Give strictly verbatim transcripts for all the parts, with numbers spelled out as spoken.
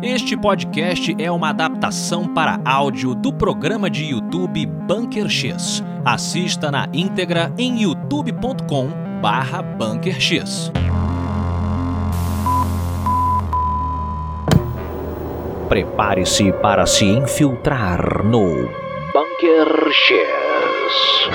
Este podcast é uma adaptação para áudio do programa de YouTube Bunker X. Assista na íntegra em youtube ponto com barra bunker x. Prepare-se para se infiltrar no Bunker X.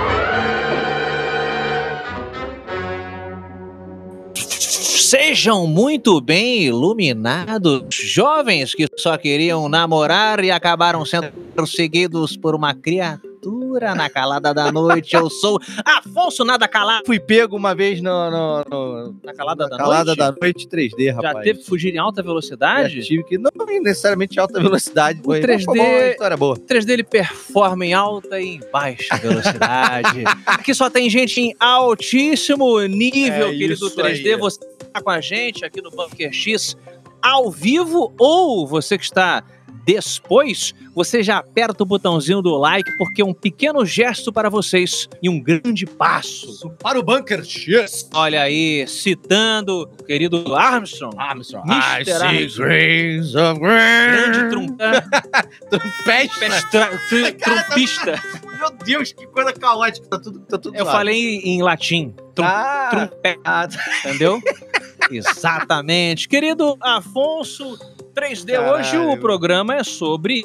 Sejam muito bem iluminados, jovens que só queriam namorar e acabaram sendo perseguidos por uma criatura na calada da noite. Eu sou Afonso Nada Calado. Fui pego uma vez no, no, no, na calada, na da, calada noite? da noite três D, rapaz. Já teve que fugir em alta velocidade? Já tive que, não necessariamente em alta velocidade. O foi, três D, foi uma história boa. O três D ele performa em alta e em baixa velocidade. Aqui só tem gente em altíssimo nível, É querido isso três D. aí. Você está com a gente aqui no Bunker X ao vivo, ou você que está depois, você já aperta o botãozinho do like, porque é um pequeno gesto para vocês e um grande passo Para o Bunker X. Olha aí, citando o querido Armstrong. Armstrong. mister I see Armstrong. grains of Grande grain. trumpeta, Trompete. pestra- tru- trumpista. Meu Deus, que coisa caótica. Tá tudo, tá tudo Eu zoado. falei em latim. Trum, Ah, Trumpeta, ah, entendeu? Exatamente. Querido Afonso três D, Caralho. hoje o programa é sobre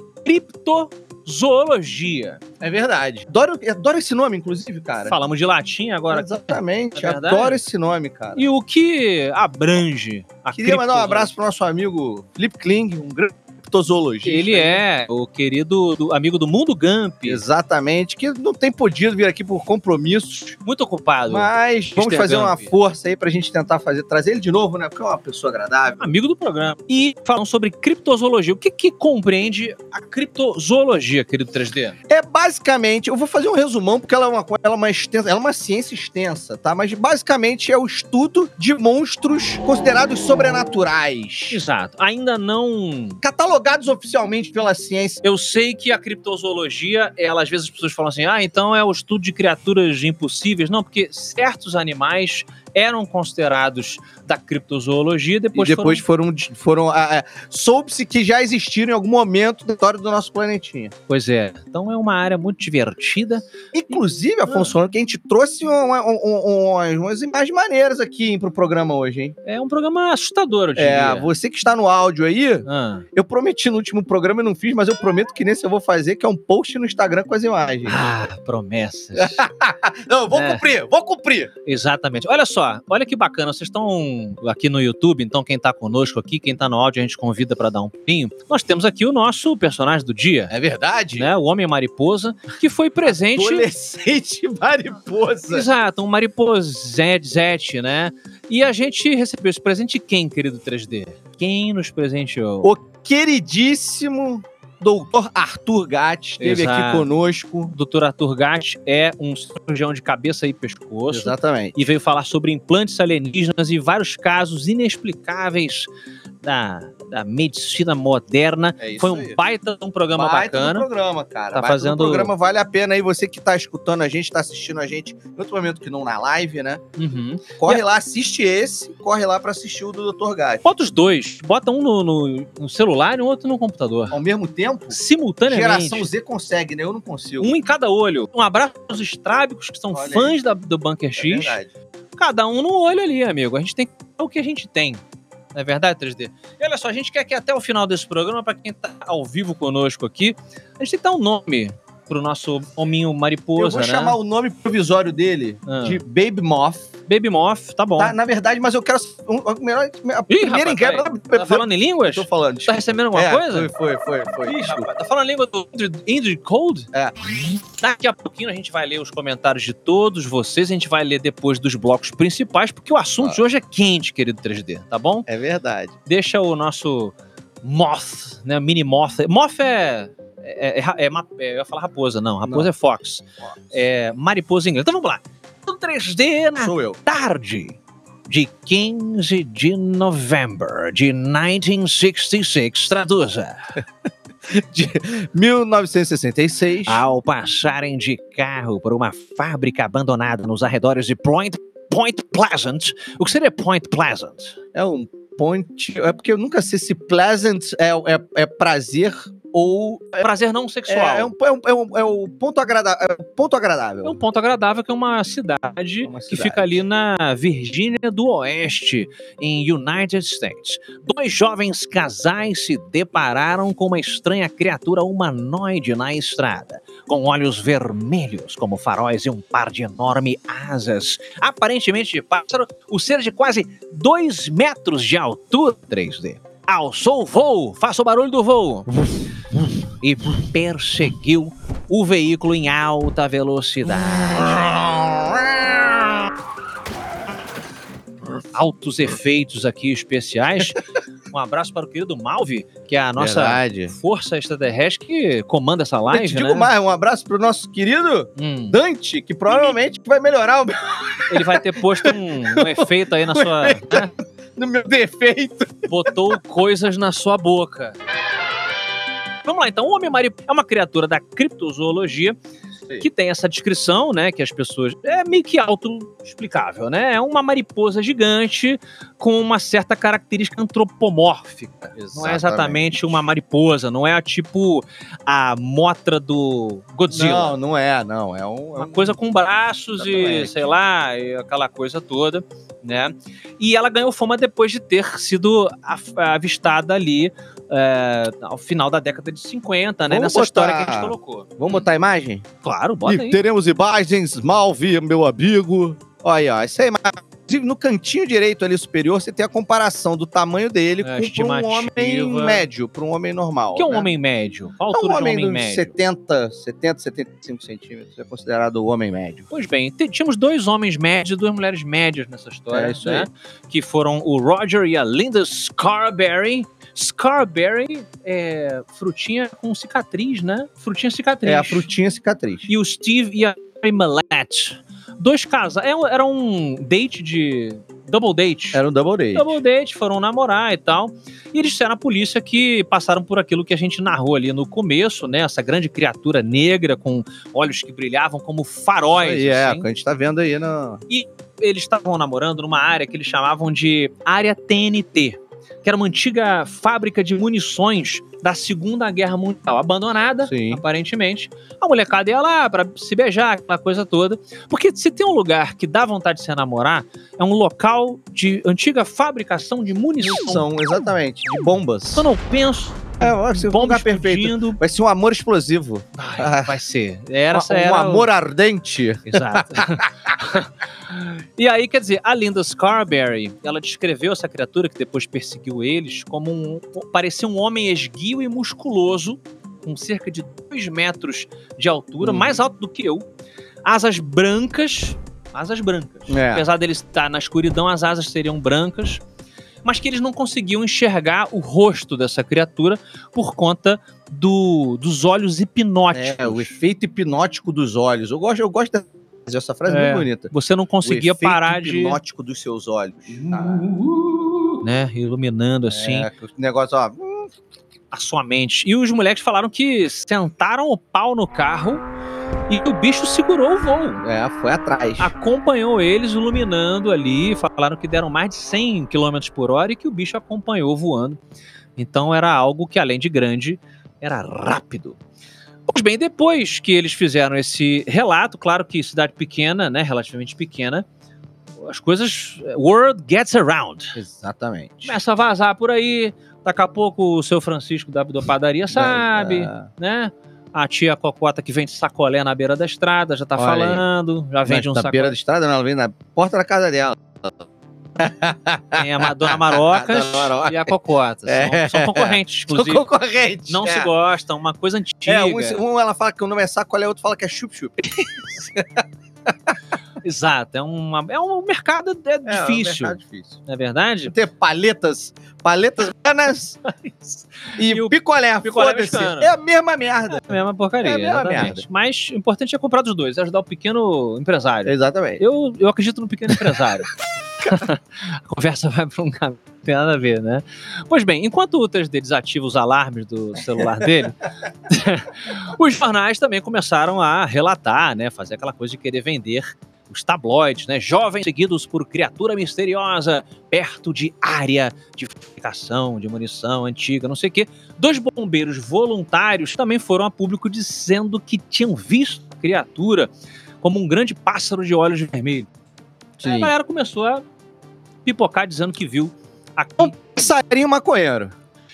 criptozoologia. é verdade. Adoro, adoro esse nome, inclusive, cara. Falamos de latim agora. Exatamente. É verdade? Adoro esse nome, cara. E o que abrange a Queria mandar um criptozoologia? abraço pro nosso amigo Felipe Kling, um grande criptozoologista. Ele é o querido do- amigo do Mundo Gump. Exatamente, que não tem podido vir aqui por compromissos, Muito ocupado. mas vamos mister fazer uma Gump. força aí pra gente tentar fazer, trazer ele de novo, né? Porque é uma pessoa agradável. Amigo do programa. E falando sobre criptozoologia. O que que compreende a criptozoologia, querido três D? É basicamente, eu vou fazer um resumão porque ela é uma, co- ela é uma, extensa, ela é uma ciência extensa, tá? Mas basicamente é o estudo de monstros considerados sobrenaturais, Exato. Ainda não... catalogados oficialmente pela ciência. Eu sei que a criptozoologia, ela, às vezes as pessoas falam assim, ah, então é o estudo de criaturas impossíveis. Não, porque certos animais eram considerados da criptozoologia, depois, e depois foram, foram, ah, ah, soube-se que já existiram em algum momento da história do nosso planetinha. foram... Pois é. Então é uma área muito divertida. Inclusive, Afonso, que a gente trouxe uma- um- um- umas, umas imagens maneiras aqui hein, pro programa hoje, hein? É um programa assustador, eu diria. É, você que está no áudio aí, Ah. eu prometi no último programa e não fiz, mas eu prometo que nesse eu vou fazer, que é um post no Instagram com as imagens. Ah, promessas. Não, eu vou É. cumprir, vou cumprir. Exatamente. Olha só, olha que bacana. Vocês estão aqui no YouTube, então quem tá conosco aqui, quem tá no áudio, a gente convida para dar um pulinho. Nós temos aqui o nosso personagem do dia, É verdade? né? O Homem Mariposa, que foi presente... Adolescente mariposa. Exato, um mariposete, né? E a gente recebeu esse presente de quem, querido três D? Quem nos presenteou? O queridíssimo doutor Arthur Gatti esteve Exato. aqui conosco. O doutor Arthur Gatti é um cirurgião de cabeça e pescoço. Exatamente. E veio falar sobre implantes alienígenas e vários casos inexplicáveis da, da medicina moderna. É isso Foi um aí. baita de um programa Baita bacana. do programa, cara. Tá Baita do fazendo- programa vale a pena aí. Você que tá escutando a gente, tá assistindo a gente em outro momento que não na live, né? Uhum. Corre lá, assiste esse, corre lá pra assistir o do doutor Gatti. Bota os dois. Bota um no, no- no celular e o outro no computador. Ao mesmo tempo, Simultaneamente. geração Z consegue, né? Eu não consigo. Um em cada olho. Um abraço aos estrábicos que são Olha fãs da- do Bunker É X. verdade. Cada um no olho ali, amigo. A gente tem que ter o que a gente tem. Não é verdade, três D? E olha só, a gente quer que até o final desse programa, pra quem tá ao vivo conosco aqui, a gente tem que dar um nome pro nosso hominho Eu mariposa, vou né? chamar o nome provisório dele Ah. de Baby Moth. Baby Moth, tá bom. Tá? Na verdade, mas eu quero. Um, a melhor, a Ih, primeira rapaz, enquete. peraí. Tá falando em línguas? Tô falando. Tá recebendo alguma É, coisa? Foi, foi, foi. foi. Ih, Desculpa. rapaz, tá falando a língua do Indrid- Indrid Cold? É. Daqui a pouquinho a gente vai ler os comentários de todos vocês, a gente vai ler depois dos blocos principais, porque o assunto Ah. de hoje é quente, querido três D, tá bom? É verdade. Deixa o nosso Moth, né, mini Moth. Moth é... É, é, ra- é ma- é- eu ia falar raposa, não. Raposa Não. é Fox. É mariposa em inglês. Então vamos lá. O três D na Sou eu. tarde de quinze de novembro de mil novecentos e sessenta e seis. Traduza. De mil novecentos e sessenta e seis. Ao passarem de carro por uma fábrica abandonada nos arredores de Point, Point Pleasant. O que seria Point Pleasant? É um Point... É porque eu nunca sei se pleasant é, é, é prazer ou... Prazer não sexual. É, é, um, é, um, é, um, é um ponto agrada... é um ponto agradável. É um ponto agradável, que é uma cidade, uma cidade que fica ali na Virgínia do Oeste, em United States. Dois jovens casais se depararam com uma estranha criatura humanoide na estrada, com olhos vermelhos como faróis e um par de enormes asas, aparentemente de pássaro. O ser de quase dois metros de altura, três D. Alçou o voo, faça o barulho do voo, e perseguiu o veículo em alta velocidade. Altos efeitos aqui especiais. Um abraço para o querido Malvi, que é a nossa Verdade. força extraterrestre que comanda essa live, Eu te digo né? mais, um abraço pro nosso querido Hum. Dante, que provavelmente vai melhorar o meu... Ele vai ter posto um, um efeito aí na sua... Né? no meu defeito. Botou coisas na sua boca. Vamos lá, então. O Homem-Mariposa é uma criatura da criptozoologia que tem essa descrição, né, que as pessoas... É meio que auto-explicável, né? É uma mariposa gigante com uma certa característica antropomórfica. Exatamente. Não é exatamente uma mariposa, não é a, tipo a motra do Godzilla. Não, não é, não. É um, uma coisa com braços exatamente. E, sei lá, e aquela coisa toda, né? E ela ganhou fama depois de ter sido avistada ali é, ao final da década de cinquenta, né? Vamos nessa botar... história que a gente colocou. Vamos botar a imagem? Claro, bota e aí. Teremos imagens, Malvi, meu amigo. Olha, ó, isso aí, inclusive no cantinho direito ali superior, você tem a comparação do tamanho dele é, com um homem médio, para um homem normal. O que é um né? homem médio? Qual a altura é um homem de um homem médio? setenta, setenta, setenta e cinco centímetros, é considerado o homem médio. Pois bem, tínhamos dois homens médios e duas mulheres médias nessa história, é isso né? aí. Que foram o Roger e a Linda Scarberry. Scarberry é frutinha com cicatriz, né? Frutinha cicatriz. É a frutinha cicatriz. E o Steve e a Millette. Dois casais. Era um date de... Double date. Era um double date. Double date, foram namorar e tal. E eles disseram à polícia que passaram por aquilo que a gente narrou ali no começo, né? Essa grande criatura negra com olhos que brilhavam como faróis. Aí, é, assim. que a gente tá vendo aí no... E eles estavam namorando numa área que eles chamavam de área T N T, que era uma antiga fábrica de munições da Segunda Guerra Mundial, abandonada, Sim. aparentemente. A molecada ia lá pra se beijar, aquela coisa toda. Porque se tem um lugar que dá vontade de se namorar, é um local de antiga fabricação de munição. São, exatamente, de bombas. Quando eu penso... É, vai ser um lugar perfeito. Vai ser um amor explosivo. Ai, vai ser. Era, um, era um amor o... ardente. Exato. E aí, quer dizer, a Linda Scarberry, ela descreveu essa criatura que depois perseguiu eles como um... Parecia um homem esguio e musculoso, com cerca de dois metros de altura, hum. mais alto do que eu. Asas brancas. Asas brancas. É. Apesar dele estar na escuridão, as asas seriam brancas. Mas que eles não conseguiam enxergar o rosto dessa criatura por conta do, dos olhos hipnóticos. É, o efeito hipnótico dos olhos. Eu gosto, eu gosto dessa frase, é, muito bonita. Você não conseguia parar de... O efeito hipnótico dos seus olhos. Ah. Né, iluminando assim. É, o negócio, ó... A sua mente. E os moleques falaram que sentaram o pau no carro e o bicho segurou o voo. É, foi atrás. Acompanhou eles iluminando ali, falaram que deram mais de cem quilômetros por hora e que o bicho acompanhou voando. Então era algo que, além de grande, era rápido. Pois bem, depois que eles fizeram esse relato, claro que cidade pequena, né, relativamente pequena, as coisas... Word gets around. Exatamente. Começa a vazar por aí, daqui a pouco o seu Francisco da, da padaria sabe, é. né? A tia Cocota que vende sacolé na beira da estrada já tá Olha falando, aí. já vende Mas um na sacolé. Na beira da estrada não, ela vem na porta da casa dela. Tem a Dona Marocas Maroca. e a Cocota. É. São, são concorrentes, inclusive. São concorrentes. Não é. se gostam, uma coisa antiga. É, um, um ela fala que o nome é sacolé, outro fala que é chup-chup. Exato, é, uma, é um mercado é, é difícil. É um mercado difícil. Não é verdade? Ter paletas, paletas bacanas e, e o picolé, picolé é a mesma merda. É a mesma porcaria, é a mesma merda. Mas o importante é comprar dos dois, é ajudar o pequeno empresário. Exatamente. Eu, eu acredito no pequeno empresário. A conversa vai para um caminho, não tem nada a ver, né? Pois bem, enquanto o três D desativa os alarmes do celular dele, os jornais também começaram a relatar, né? Fazer aquela coisa de querer vender os tabloides, né? Jovens seguidos por criatura misteriosa perto de área de fabricação de munição antiga, não sei o quê. Dois bombeiros voluntários também foram a público dizendo que tinham visto a criatura como um grande pássaro de olhos vermelhos. Sim. Aí a galera começou a pipocar dizendo que viu aqui. Um passarinho maconheiro.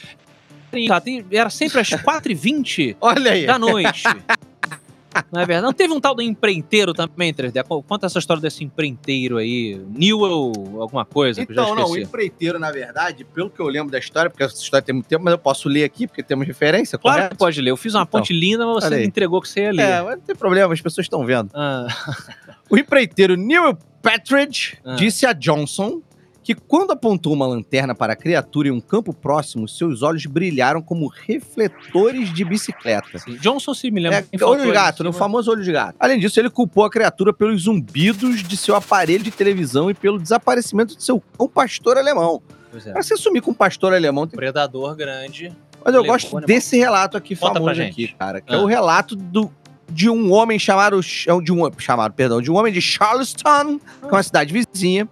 Era sempre às quatro e vinte Olha aí. Da noite. Não é verdade? Não teve um tal do empreiteiro também, três D? Conta essa história desse empreiteiro aí. Newell, alguma coisa que então, eu já esqueci. Não, o empreiteiro, na verdade, pelo que eu lembro da história, porque essa história tem muito tempo, mas eu posso ler aqui, porque temos referência, claro correto? Que pode ler. Eu fiz uma então, ponte linda, mas você me entregou que você ia ler. É, mas não tem problema, as pessoas estão vendo. Ah. O empreiteiro Newell Partridge ah. disse a Johnson que quando apontou uma lanterna para a criatura em um campo próximo, seus olhos brilharam como refletores de bicicleta. Sim. Johnson se me lembra. É, olho de gato, no famoso olho de gato. Além disso, ele culpou a criatura pelos zumbidos de seu aparelho de televisão e pelo desaparecimento de seu cão pastor alemão. Pois é. Pra você sumir com um pastor alemão... Tem... Predador grande. Mas eu gosto desse relato aqui, Conta famoso aqui, cara. Que ah. é o relato do... de um homem chamado... De um, chamado, perdão. De um homem de Charleston, ah. que é uma cidade vizinha.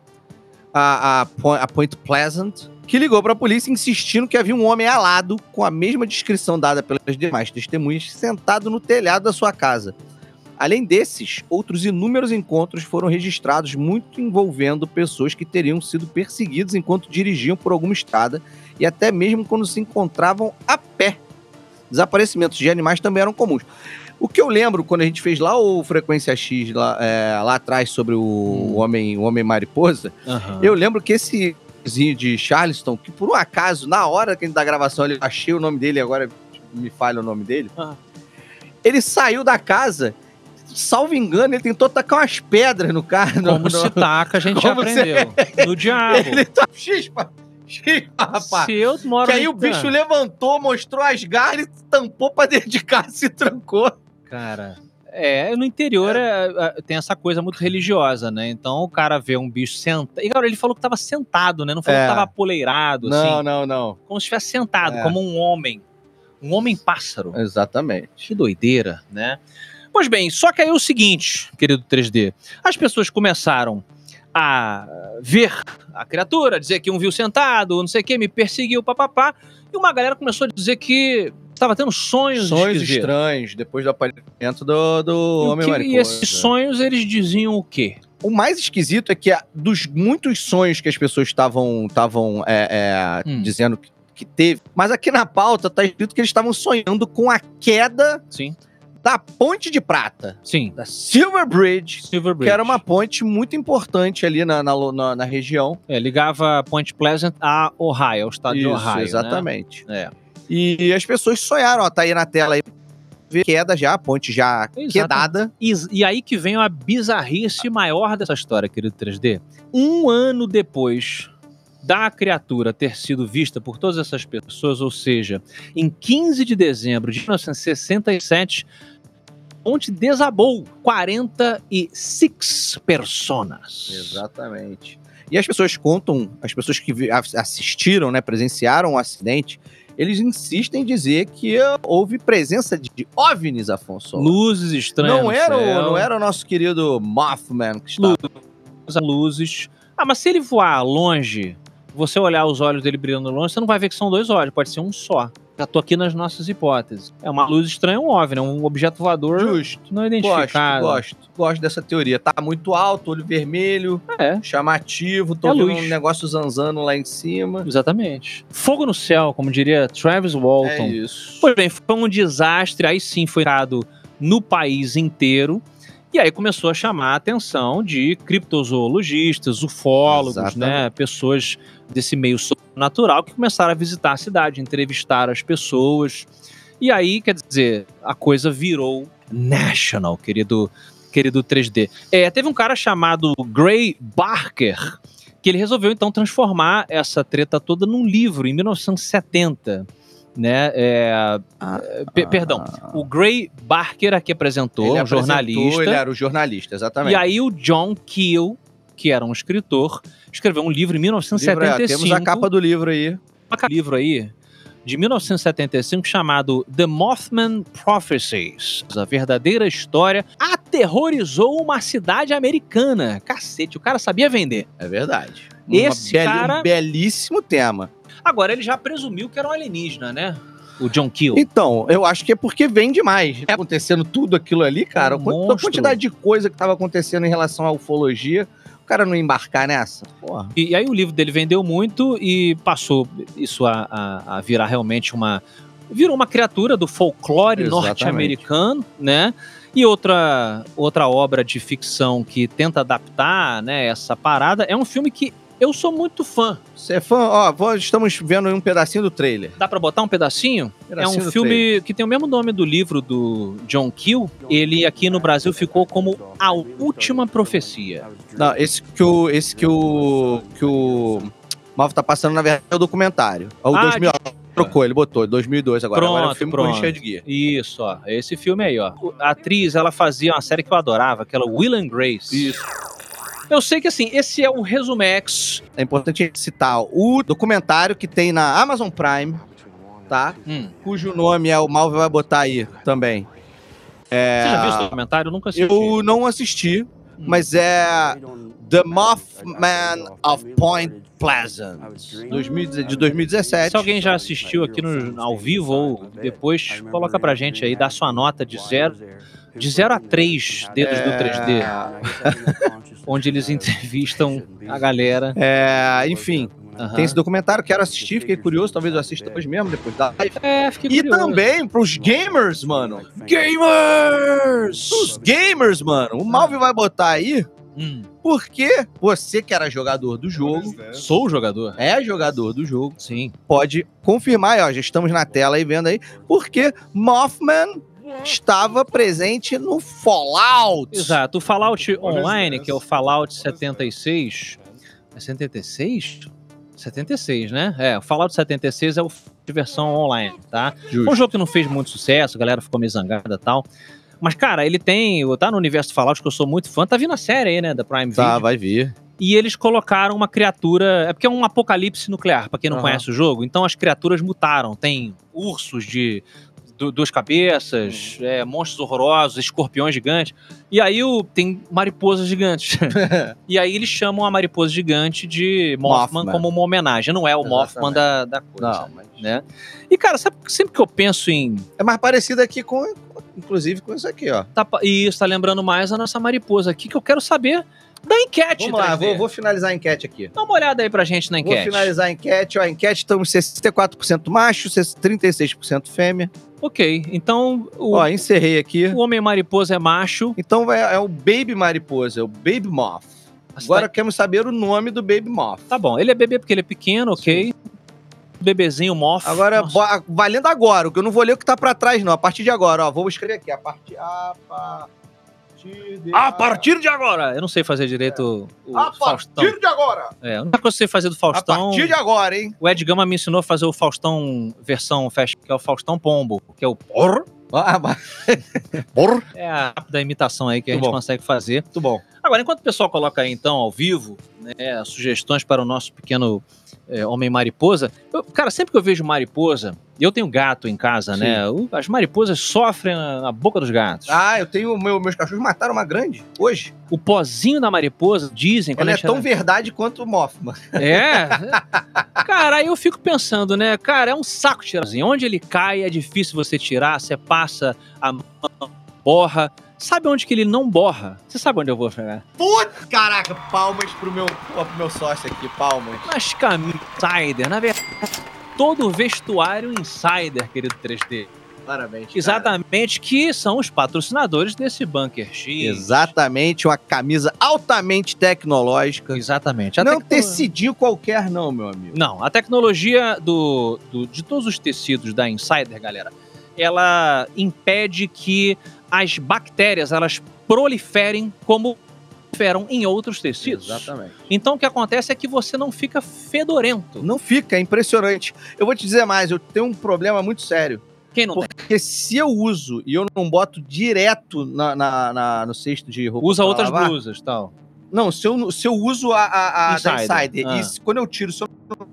A, a, a Point Pleasant, que ligou para a polícia insistindo que havia um homem alado com a mesma descrição dada pelas demais testemunhas sentado no telhado da sua casa. Além desses, outros inúmeros encontros foram registrados, muito envolvendo pessoas que teriam sido perseguidas enquanto dirigiam por alguma estrada e até mesmo quando se encontravam a pé. Desaparecimentos de animais também eram comuns. O que eu lembro, quando a gente fez lá o Frequência X, lá, é, lá atrás, sobre o, hum. homem, o homem mariposa, uhum. eu lembro que esse vizinho de Charleston, que por um acaso, na hora que a gente da gravação, eu achei o nome dele, agora me falha o nome dele, uhum. ele saiu da casa, salvo engano, ele tentou tacar umas pedras no carro. Como no, se taca, a gente já aprendeu. Você... No diabo. Ele tá chispa. Rapaz, se eu moro que aí o bicho cara. levantou, mostrou as garras, tampou pra dentro de casa e se trancou. Cara, é, no interior é. É, tem essa coisa muito religiosa, né? Então o cara vê um bicho sentado. E, cara, ele falou que tava sentado, né? Não falou é. que tava apoleirado, não, assim. Não, não, não. Como se estivesse sentado, é. como um homem. Um homem-pássaro. Exatamente. Que doideira, né? Pois bem, só que aí é o seguinte, querido três D. As pessoas começaram a ver a criatura, dizer que um viu sentado, não sei o que, me perseguiu, papapá. E uma galera começou a dizer que estava tendo sonhos Sonhos esquisitos. estranhos, depois do aparecimento do, do Homem-Mariposa. E esses sonhos, eles diziam o quê? O mais esquisito é que dos muitos sonhos que as pessoas estavam estavam é, é, hum. dizendo que, que teve, mas aqui na pauta tá escrito que eles estavam sonhando com a queda Sim. da Ponte de Prata. Sim. Da Silver Bridge, Silver Bridge. Que era uma ponte muito importante ali na, na, na, na região. É, ligava Point Pleasant a Ohio, ao estado Isso, de Ohio, exatamente. Né? É. E as pessoas sonharam, ó, tá aí na tela aí, queda já, a ponte já Exatamente. quedada. E, e aí que vem a bizarrice maior dessa história, querido três D. Um ano depois da criatura ter sido vista por todas essas pessoas, ou seja, em quinze de dezembro de mil novecentos e sessenta e sete, a ponte desabou. quarenta e seis personas. Exatamente. E as pessoas contam, as pessoas que assistiram, né, presenciaram o acidente, eles insistem em dizer que houve presença de OVNIs, Afonso. Luzes estranhas. Não era, o, não era o nosso querido Mothman que estava. Luzes. Ah, mas se ele voar longe, você olhar os olhos dele brilhando longe, você não vai ver que são dois olhos, pode ser um só. Já tô aqui nas nossas hipóteses. É uma luz estranha, um OVNI, um objeto voador Justo. não identificado. Gosto, gosto. Gosto dessa teoria. Tá muito alto, olho vermelho, é. chamativo, tô é vendo luz. um negócio zanzando lá em cima. Exatamente. Fogo no céu, como diria Travis Walton. É isso. Pois bem, foi um desastre, aí sim foi dado no país inteiro. E aí começou a chamar a atenção de criptozoologistas, ufólogos, Exatamente. né, pessoas desse meio sobrenatural que começaram a visitar a cidade, entrevistar as pessoas. E aí, quer dizer, a coisa virou national, querido, querido três D. É, teve um cara chamado Gray Barker, que ele resolveu então transformar essa treta toda num livro, em mil novecentos e setenta. Né? É, ah, p- perdão, o Gray Barker aqui apresentou, ele um jornalista. Apresentou, ele era o jornalista, exatamente. E aí o John Keel, que era um escritor, escreveu um livro em mil novecentos e setenta e cinco. Livro, é, temos a capa do livro aí. A capa do livro aí, de mil novecentos e setenta e cinco chamado The Mothman Prophecies. A verdadeira história aterrorizou uma cidade americana. Cacete, o cara sabia vender. É verdade. Esse bel cara... Um belíssimo tema. Agora, ele já presumiu que era um alienígena, né? O John Keel. Então, eu acho que é porque vem demais. É acontecendo tudo aquilo ali, cara. Um a quantidade de coisa que tava acontecendo em relação à ufologia, o cara não embarcar nessa. Porra. E, e aí o livro dele vendeu muito e passou isso a, a, a virar realmente uma... Virou uma criatura do folclore norte-americano, né? E outra, outra obra de ficção que tenta adaptar, né, essa parada é um filme que eu sou muito fã. Você é fã? Ó, estamos vendo um pedacinho do trailer. Dá pra botar um pedacinho? pedacinho é um filme trailer. Que tem o mesmo nome do livro do John Keel. Ele aqui no Brasil ficou como A Última Profecia. Não, esse que o... Esse que o... Que o Malvo tá passando, na verdade, é o documentário. É o Ah, dois mil... de... Trocou, ele botou, dois mil e dois agora. Pronto, agora é o filme pronto. com Richard Gere. Isso, ó. Esse filme aí, ó. A atriz, ela fazia uma série que eu adorava, aquela Will and Grace. Isso. Eu sei que, assim, esse é o Resumex. É importante citar o documentário que tem na Amazon Prime, tá? Hum. Cujo nome é o Malvo vai botar aí também. É... Você já viu esse documentário? Eu nunca assisti. Eu não assisti, hum. mas é The Mothman of Point Pleasant, de dois mil e dezessete. Se alguém já assistiu aqui no, ao vivo ou depois, coloca pra gente aí, dá sua nota de zero, de zero a três dedos é... do três D, onde eles entrevistam a galera. É, enfim, uhum. Tem esse documentário, quero assistir, fiquei curioso, talvez eu assista depois mesmo, depois da live. É, fiquei e curioso. também pros gamers, mano. Gamers! Os gamers, mano. O Malve vai botar aí... Hum. Porque você que era jogador do jogo... Sou jogador. É jogador do jogo. Sim. Pode confirmar, ó, já estamos na tela aí, vendo aí. Porque Mothman estava presente no Fallout. Exato. O Fallout Online, que é o Fallout setenta e seis... É setenta e seis? setenta e seis, né? É, o Fallout setenta e seis é o de versão online, tá? Justo. Um jogo que não fez muito sucesso, a galera ficou meio zangada e tal. Mas, cara, ele tem... Tá no universo Fallout, que eu sou muito fã. Tá vindo a série aí, né? Da Prime Video. Tá, vai vir. E eles colocaram uma criatura... É porque é um apocalipse nuclear, pra quem não uhum. conhece o jogo. Então as criaturas mutaram. Tem ursos de du duas cabeças, uhum. é, monstros horrorosos, escorpiões gigantes. E aí o, tem mariposas gigantes. E aí eles chamam a mariposa gigante de Mothman, Mothman. como uma homenagem. Não é o Exatamente. Mothman da, da coisa. Não, mas... né? E, cara, sabe, sempre que eu penso em... É mais parecido aqui com... Inclusive com isso aqui, ó. Tá, isso, tá lembrando mais a nossa mariposa aqui, que eu quero saber da enquete. Vamos lá, vou, vou finalizar a enquete aqui. Dá uma olhada aí pra gente na enquete. Vou finalizar a enquete. Ó, a enquete estamos sessenta e quatro por cento macho, trinta e seis por cento fêmea. Ok, então... O, ó, encerrei aqui. O homem mariposa é macho. Então é, é o Baby Mariposa, é o Baby Moth. Agora tá... queremos saber o nome do Baby Moth. Tá bom, ele é bebê porque ele é pequeno, ok. Sim. Bebezinho Moth. Agora, Nossa. valendo agora, que eu não vou ler o que tá pra trás, não. A partir de agora, ó. Vou escrever aqui. A partir, a partir de... A partir de agora! Eu não sei fazer direito é. o a Faustão. A partir de agora! É, a única coisa que eu sei fazer do Faustão... A partir de agora, hein? O Ed Gama me ensinou a fazer o Faustão versão fast, que é o Faustão Pombo, que é o... Porra! Ah, Porra! É a da imitação aí que a Muito gente bom. consegue fazer. Muito bom. Agora, enquanto o pessoal coloca aí, então, ao vivo, né, sugestões para o nosso pequeno é, homem mariposa, eu, cara, sempre que eu vejo mariposa, eu tenho gato em casa, Sim. né? As mariposas sofrem na boca dos gatos. Ah, eu tenho, meu, meus cachorros mataram uma grande, hoje. O pozinho da mariposa, dizem... Ela é tão era... verdade quanto o Mothman. É? Cara, aí eu fico pensando, né? Cara, é um saco tirar. Onde ele cai, é difícil você tirar, você passa a mão, borra... Sabe onde que ele não borra? Você sabe onde eu vou chegar? Putz, caraca, palmas pro meu, pro meu sócio aqui, palmas. Mas caminho Insider, na verdade, todo o vestuário Insider, querido três D. Parabéns, Exatamente, cara. Que são os patrocinadores desse Bunker X. Exatamente, uma camisa altamente tecnológica. Exatamente. A não tecno... tecidinho qualquer não, meu amigo. Não, a tecnologia do, do, de todos os tecidos da Insider, galera, ela impede que as bactérias, elas proliferem como proliferam em outros tecidos. Exatamente. Então o que acontece é que você não fica fedorento. Não fica, é impressionante. Eu vou te dizer mais, eu tenho um problema muito sério. Quem não Porque tem? se eu uso e eu não boto direto na, na, na, no cesto de roupa... Usa outras lavar, blusas e tal. Não, se eu, se eu uso a, a, a Insider. da Insider, Ah. e se, quando eu tiro, se eu não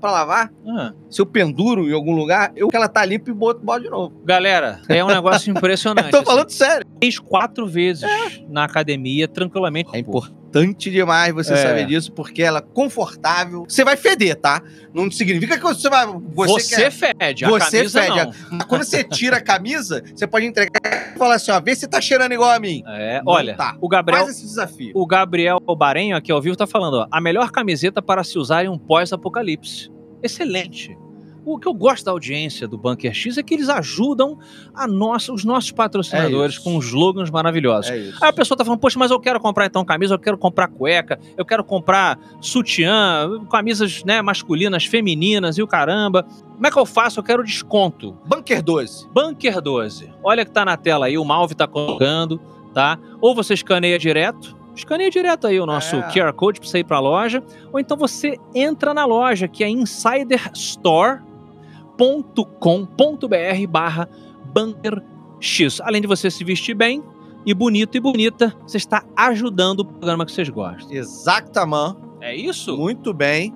pra lavar, Ah. se eu penduro em algum lugar, eu que ela tá limpa e boto boto de novo. Galera, é um negócio impressionante. Eu tô falando assim. sério. Fez quatro vezes é. na academia, tranquilamente. É importante demais você é. saber disso, porque ela é confortável. Você vai feder, tá? Não significa que você vai... Você, você quer, fede, a você camisa fede. não. Mas quando você tira a camisa, você pode entregar e falar assim, ó, vê se tá cheirando igual a mim. É, não olha, tá. o Gabriel... Faz esse desafio. O Gabriel Barenho, aqui ao vivo, tá falando, ó, a melhor camiseta para se usar em um pós-apocalipse. Excelente. O que eu gosto da audiência do Bunker X é que eles ajudam a nossa, os nossos patrocinadores é com slogans maravilhosos. É isso. Aí a pessoa tá falando, poxa, mas eu quero comprar então camisa, eu quero comprar cueca, eu quero comprar sutiã, camisas, né, masculinas, femininas e o caramba. Como é que eu faço? Eu quero desconto. Bunker doze. Bunker doze. Olha que tá na tela aí, o Malve tá colocando, tá? Ou você escaneia direto, escaneia direto aí o nosso é. Q R Code pra você ir pra loja, ou então você entra na loja, que é insider store ponto com ponto b r barra Bunker X. Além de você se vestir bem e bonito e bonita, você está ajudando o programa que vocês gostam. Exatamente. É isso? Muito bem.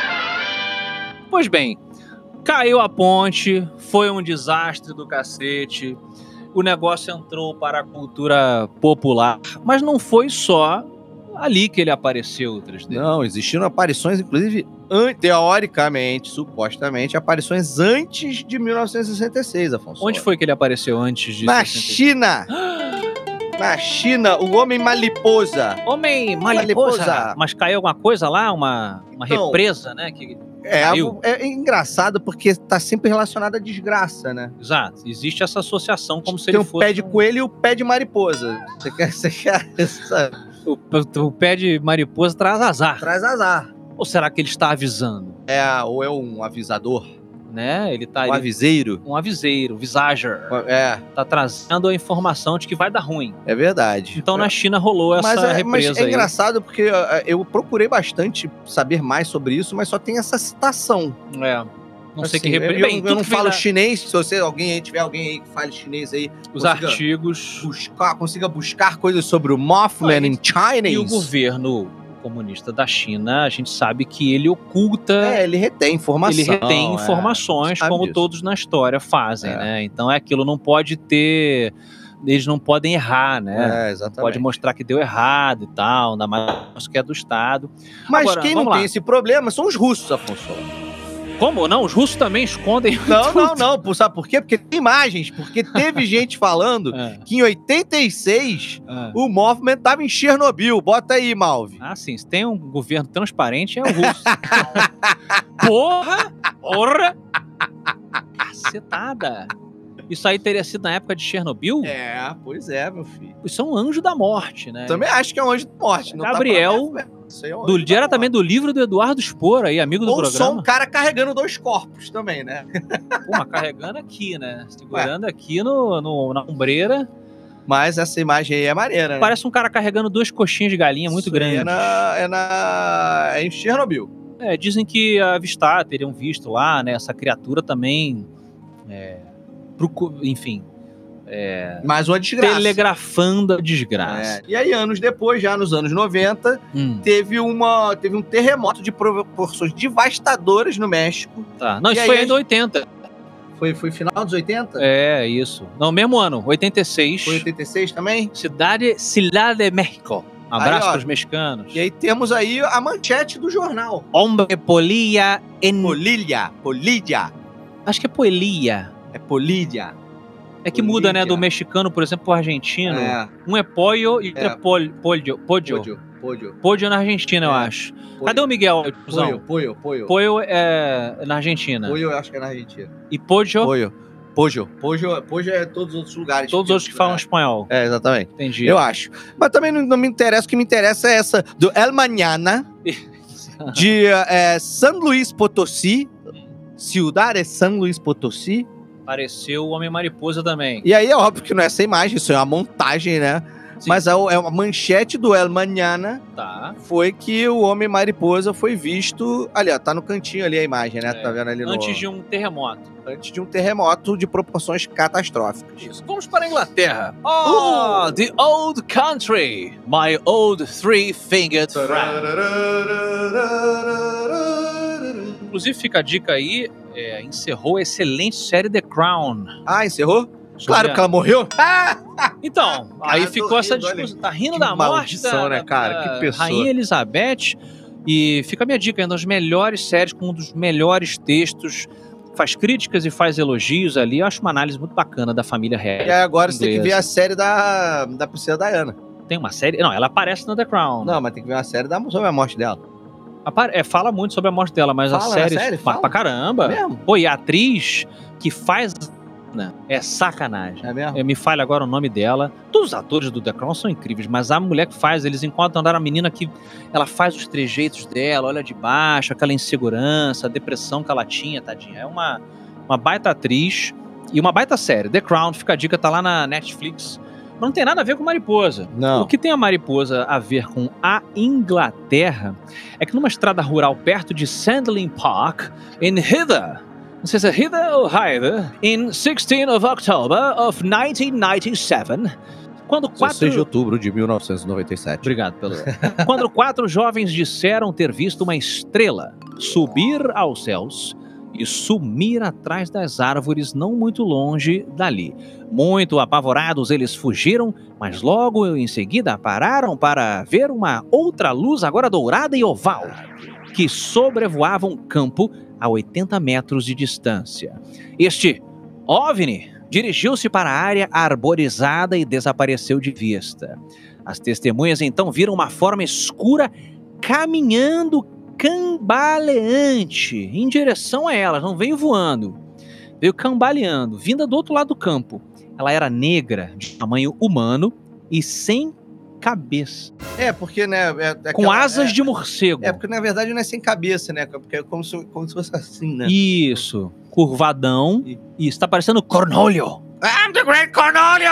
Pois bem, caiu a ponte, foi um desastre do cacete, o negócio entrou para a cultura popular, mas não foi só ali que ele apareceu, o três D. Não, existiram aparições, inclusive, an- teoricamente, supostamente, aparições antes de mil novecentos e sessenta e seis, Afonso. Onde foi que ele apareceu antes de Na sessenta e seis? China! Na China, o Homem Mariposa. Homem Mariposa? Mariposa. Mas caiu alguma coisa lá? Uma, uma então, represa, né? Que é, é engraçado porque tá sempre relacionado à desgraça, né? Exato. Existe essa associação como se Tem ele um fosse... Tem o pé de coelho e o pé de mariposa. Você quer... Você quer essa... O, o pé de mariposa traz azar. Traz azar. Ou será que ele está avisando? É, ou é um avisador. Né? Ele tá um ele, aviseiro. Um aviseiro, visager. É. Tá trazendo a informação de que vai dar ruim. É verdade. Então é. na China rolou essa mas é, represa mas é aí. engraçado porque eu procurei bastante saber mais sobre isso, mas só tem essa citação. É. Não assim, sei que represa. Eu, Bem, eu, eu não falo da... chinês, se você, alguém aí tiver alguém aí que fale chinês aí. Os artigos. Buscar, consiga buscar coisas sobre o Mothman in Chinese. E o governo comunista da China, a gente sabe que ele oculta... É, ele retém informação. Ele retém informações, é, como disso. Todos na história fazem, é. né? Então é aquilo, não pode ter... Eles não podem errar, né? É, exatamente. Pode mostrar que deu errado e tal, ainda mais que é do Estado. Mas Agora, quem não lá. tem esse problema são os russos, Afonso. Como não? Os russos também escondem Não, tudo. não, não. Sabe por quê? Porque tem imagens. Porque teve gente falando é. que em oitenta e seis é. o Mothman estava em Chernobyl. Bota aí, Malve. Ah, sim. Se tem um governo transparente, é o russo. Porra! Porra! Cacetada! Isso aí teria sido na época de Chernobyl? É, pois é, meu filho. Isso é um anjo da morte, né? Também acho que é um anjo da morte. Não Gabriel, tá isso aí é um do, diretamente do livro do Eduardo Spor, aí, amigo do Ou programa. Ou só um cara carregando dois corpos também, né? Pô, mas carregando aqui, né? Segurando Ué. aqui no, no, na ombreira. Mas essa imagem aí é maneira, né? Parece um cara carregando duas coxinhas de galinha muito isso grandes. É, na, é, na, é em Chernobyl. É, dizem que avistar, teriam visto lá, né? Essa criatura também, é, enfim... É, mais uma desgraça. Telegrafando a desgraça. É. E aí, anos depois, já nos anos noventa, hum. teve, uma, teve um terremoto de proporções devastadoras no México. Tá. Não, e isso foi ainda oitenta. Foi, foi final dos oitenta? É, isso. Não, mesmo ano, oitenta e seis. Foi oitenta e seis também? Cidade, Cidade de México. Um abraço aí, pros mexicanos. E aí temos aí a manchete do jornal. Hombre polilla en... Polilha. Polilha. Acho que é polilla. É polilha. É que muda, né, do mexicano, por exemplo, pro argentino. É. Um é pollo e outro é, é pollo. Pollo. Pollo. Pollo. Pollo na Argentina, é. eu acho. Pollo. Cadê o Miguel? Pollo, pollo, pollo. Pollo é na Argentina. Pollo eu acho que é na Argentina. E pollo? Pollo. Pollo. Pollo, pollo é todos os outros lugares. Todos os outros que falam espanhol. É, exatamente. Entendi. Eu acho. Mas também não, não me interessa, o que me interessa é essa do El Mañana, de é, San Luis Potosí. Ciudad de San Luis Potosí. Apareceu o Homem-Mariposa também. E aí é óbvio que não é essa imagem, isso é uma montagem, né? Sim. Mas a, é uma manchete do El Mañana tá. foi que o Homem-Mariposa foi visto... Ali, ó, tá no cantinho ali a imagem, né? É. Tá vendo ali no... Antes de um terremoto. Antes de um terremoto de proporções catastróficas. Isso. Vamos para a Inglaterra. Oh, uh! the old country. My old three-fingered friend. Inclusive, fica a dica aí, é, encerrou a excelente série The Crown. Ah, encerrou? Sobre Claro a- que ela morreu. Então, Cara, aí tô ficou essa rindo, olha discussão. Tá rindo que da morte maldição, da, né, cara? da Que pessoa. Rainha Elizabeth. E fica a minha dica, é uma das melhores séries, com um dos melhores textos. Faz críticas e faz elogios ali. Eu acho uma análise muito bacana da família real. E aí agora você tem que ver a inglesa. série da, da Princesa Diana. Tem uma série... Não, ela aparece no The Crown. Não, mas tem que ver uma série da, sobre a morte dela. Apare- É, fala muito sobre a morte dela, mas Fala a na série... série? Fala Fala? pra caramba. Mesmo? Pô, e a atriz que faz... Né, é sacanagem. É mesmo? Eu me falha agora o nome dela. Todos os atores do The Crown são incríveis, mas a mulher que faz, eles encontram a menina que ela faz os trejeitos dela, olha de baixo, aquela insegurança, a depressão que ela tinha, tadinha. É uma, uma baita atriz e uma baita série. The Crown, fica a dica, tá lá na Netflix. Não tem nada a ver com Mariposa. Não. O que tem a Mariposa a ver com a Inglaterra é que numa estrada rural perto de Sandling Park, em Heather, não sei se é Heather ou Hyther, em sixteenth of October of nineteen ninety-seven, quando quatro... dezesseis de outubro de mil novecentos e noventa e sete. Obrigado pelo... Quando quatro jovens disseram ter visto uma estrela subir aos céus e sumir atrás das árvores não muito longe dali. Muito apavorados, eles fugiram, mas logo em seguida pararam para ver uma outra luz, agora dourada e oval, que sobrevoava um campo a oitenta metros de distância. Este OVNI dirigiu-se para a área arborizada e desapareceu de vista. As testemunhas então viram uma forma escura caminhando cambaleante em direção a elas, não veio voando, veio cambaleando, vinda do outro lado do campo. Ela era negra, de tamanho humano e sem cabeça. É, porque, né... É, é com aquela- asas é, de morcego. É, porque na verdade não é sem cabeça, né? Porque é como se, como se fosse assim, né? Isso, curvadão. E- Isso, tá parecendo Cornolio. I'm the Great Cornolio!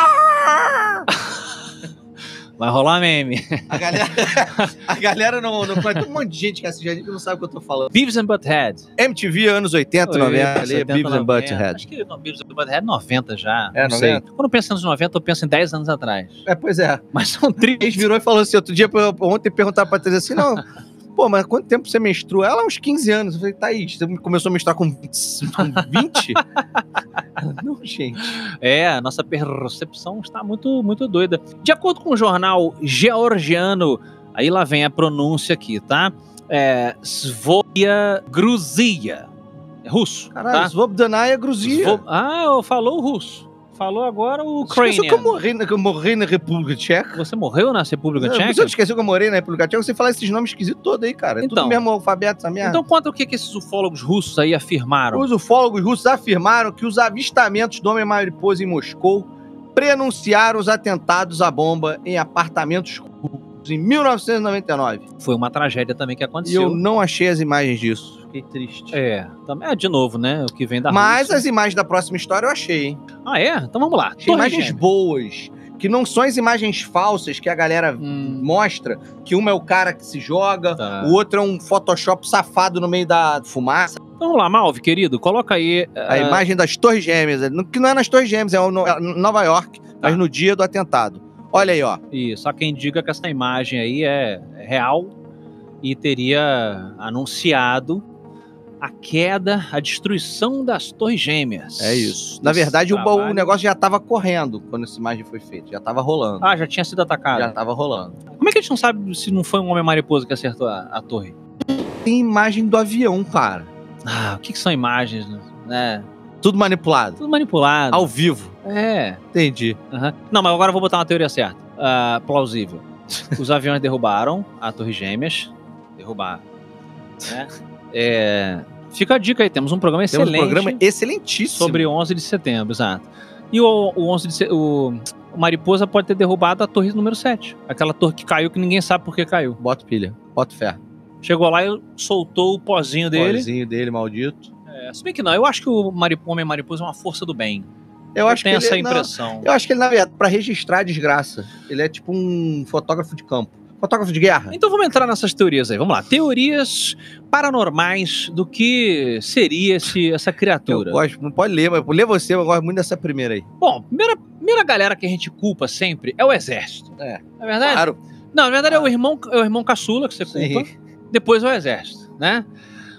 Vai rolar meme. A galera, a galera não, não... Tem um monte de gente que assiste ali que não sabe o que eu tô falando. Beavis and Butthead. M T V, anos oitenta, noventa, ali, setenta, Beavis and noventa. Butthead. Acho que não, Beavis and Butthead é noventa já. É, não sei. noventa? Quando eu penso nos noventa, eu penso em dez anos atrás. É, pois é. Mas são A gente trinta. virou e falou assim, outro dia, eu- ontem perguntaram pra Teresa assim, não, pô, mas quanto tempo você menstrua? Ela, uns quinze anos. Eu falei, Thaís, você começou a menstruar com vinte? Ela, não, gente. É, a nossa percepção está muito, muito doida. De acordo com o jornal georgiano, aí lá vem a pronúncia aqui, tá? É, Svoia Gruzia. É russo, Caralho, tá? Svobdanaya Gruzia. Svo- Ah, falou o russo. Falou agora o Esqueceu que eu ucraniano. morri, na- que eu morri na República Tcheca? Você morreu na República Não, Tcheca? Você esqueceu que eu morei na República Tcheca? Você fala esses nomes esquisitos todos aí, cara. É Então. tudo mesmo alfabeto, essa merda. Então conta o que, que esses ufólogos russos aí afirmaram. Os ufólogos russos afirmaram que os avistamentos do Homem-Mariposa em Moscou prenunciaram os atentados à bomba em apartamentos russos em mil novecentos e noventa e nove. Foi uma tragédia também que E aconteceu. eu não achei as imagens disso. Fiquei triste. É, também, é, de novo, né? O que vem da Mas Rússia. as imagens da próxima história eu achei, hein? Ah, é? Então vamos lá. Achei Torre imagens Gêmea. boas. Que não são as imagens falsas que a galera Hum, mostra. Que uma é o cara que se joga, Tá. o outro é um Photoshop safado no meio da fumaça. Vamos lá, Malve, querido, coloca aí. A ah, imagem das Torres Gêmeas. Que não é nas Torres Gêmeas, é em Nova York, mas Tá. no dia do atentado. Olha aí, ó. Isso, só quem diga que essa imagem aí é real e teria anunciado a queda, a destruição das Torres Gêmeas. É isso. Na Esse verdade, o, trabalho- o negócio já tava correndo quando essa imagem foi feita. Já tava rolando. Ah, já tinha sido atacado. Já tava rolando. Como é que a gente não sabe se não foi um Homem-Mariposa que acertou a, a torre? Tem imagem do avião, cara. Ah, o que, que são imagens, né? Tudo manipulado. Tudo manipulado. Ao vivo. É. Entendi. Aham. Não, mas agora eu vou botar uma teoria certa. Ah, plausível. Os aviões derrubaram a Torre Gêmeas. Derrubaram. Né? É, fica a dica aí, temos um programa Temos excelente um programa excelentíssimo. sobre onze de setembro, exato. E o, o onze de setembro, o, o Mariposa pode ter derrubado a torre número sete. Aquela torre que caiu que ninguém sabe por que caiu. Bota pilha. Bota fé. Chegou lá e soltou o pozinho dele. Pozinho dele, maldito. É, se bem que não, eu acho que o Marip- Homem-Mariposa é uma força do bem. Eu acho que tenho ele, essa não, impressão. eu acho que ele, na verdade, pra registrar a desgraça, ele é tipo um fotógrafo de campo. Fotógrafo de guerra. Então vamos entrar nessas teorias aí. Vamos lá. Teorias paranormais do que seria esse, essa Eu criatura. gosto, não pode ler, mas lê você, eu gosto muito dessa primeira aí. Bom, primeira, primeira galera que a gente culpa sempre é o exército. É. Não é verdade? Claro. Não, na verdade é o irmão, é o irmão caçula que você culpa. Sim. Depois é o exército, né?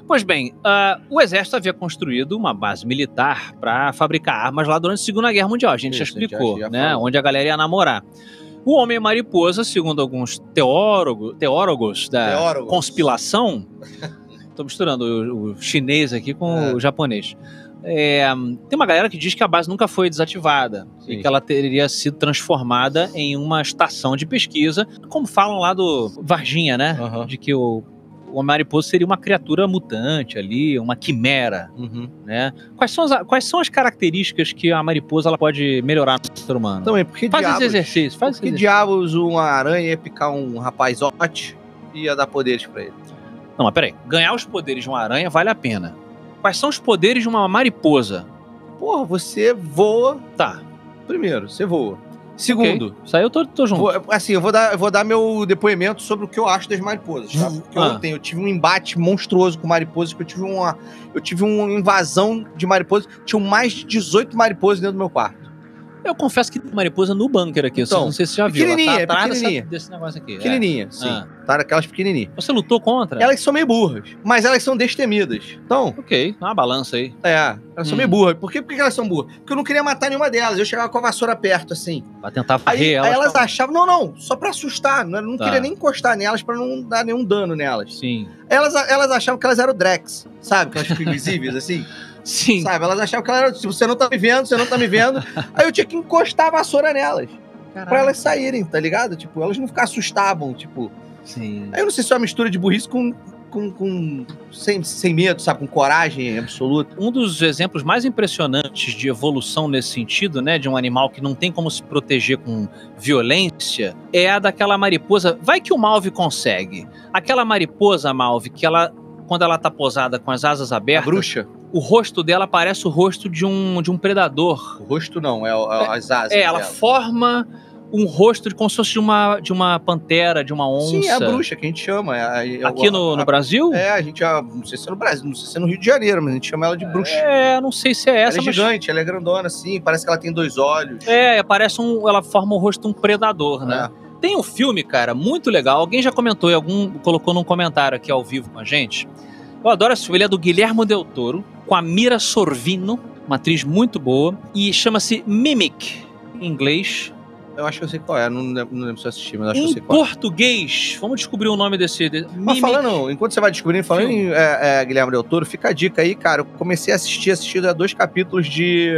Pois bem, uh, o exército havia construído uma base militar para fabricar armas lá durante a Segunda Guerra Mundial. A gente Isso, já explicou, já, já né? Falou. Onde a galera ia namorar. O Homem-Mariposa, segundo alguns teólogo, teórogos da Teórogos. conspiração... Estou misturando o, o chinês aqui com é. o japonês. É, tem uma galera que diz que a base nunca foi desativada. Sim. E que ela teria sido transformada em uma estação de pesquisa, como falam lá do Varginha, né? Uhum. De que o, o Mariposa seria uma criatura mutante ali, uma quimera, uhum. né? Quais são, as, quais são as características que a mariposa ela pode melhorar no ser humano? Também, porque faz diabos, esse exercício. Faz porque esse exercício. diabos uma aranha ia picar um rapazote e ia dar poderes pra ele? Não, mas peraí. Ganhar os poderes de uma aranha vale a pena. Quais são os poderes de uma mariposa? Porra, você voa. Tá. Primeiro, você voa. Segundo. Okay. Isso aí eu tô, tô junto. Vou, assim, eu vou, dar, eu vou dar meu depoimento sobre o que eu acho das mariposas, tá? Porque ah. ontem eu tive um embate monstruoso com mariposas, que eu tive uma, eu tive uma invasão de mariposas. Tinham mais de dezoito mariposas dentro do meu quarto. Eu confesso que tem mariposa no bunker aqui, então, não sei se você já viu. Pequenininha, ela tá pequenininha. Dessa, desse negócio aqui. Pequenininha, é. sim. Ah. Tá, aquelas pequenininhas. Você lutou contra? Elas são meio burras, mas elas são destemidas. Então... Ok, dá uma balança aí. É, elas hum. são meio burras. Por que, por que elas são burras? Porque eu não queria matar nenhuma delas. Eu chegava com a vassoura perto, assim. Pra tentar varrer aí, elas. Aí elas pra... achavam... Não, não, só pra assustar. Eu não tá. queria nem encostar nelas pra não dar nenhum dano nelas. Sim. Elas, elas achavam que elas eram o Drex, sabe? Que elas ficam invisíveis, assim. Sim. Sabe? Elas achavam que ela era, tipo, você não tá me vendo, você não tá me vendo. Aí eu tinha que encostar a vassoura nelas. Caraca. Pra elas saírem, tá ligado? Tipo, elas não ficar assustavam, tipo. Sim. Aí eu não sei se é uma mistura de burrice com... com, com sem, sem medo, sabe? Com coragem absoluta. Um dos exemplos mais impressionantes de evolução nesse sentido, né? De um animal que não tem como se proteger com violência, é a daquela mariposa. Vai que o Malve consegue. Aquela mariposa, Malve, que ela... Quando ela tá posada com as asas abertas... A bruxa? O rosto dela parece o rosto de um, de um predador. O rosto não, é, é as asas É, ela dela. forma um rosto de, como se fosse de uma, de uma pantera, de uma onça. Sim, é a bruxa que a gente chama. É, é, Aqui no, a, no Brasil? É, a gente... A, não sei se é no Brasil, não sei se é no Rio de Janeiro, mas a gente chama ela de bruxa. É, não sei se é essa. Ela é mas... gigante, ela é grandona, assim, parece que ela tem dois olhos. É, parece um... Ela forma o rosto de um predador, né? É. Tem um filme, cara, muito legal. Alguém já comentou, algum colocou num comentário aqui ao vivo com a gente. Eu adoro esse filme, ele é do Guilherme Del Toro, com a Mira Sorvino, uma atriz muito boa, e chama-se Mimic, em inglês. Eu acho que eu sei qual é, não lembro, não lembro se eu assisti, mas acho em que eu sei qual é. Em português, vamos descobrir o nome desse... De, mas falando, enquanto você vai descobrindo, falando em é, é, Guilherme Del Toro, fica a dica aí, cara, eu comecei a assistir, assisti a dois capítulos de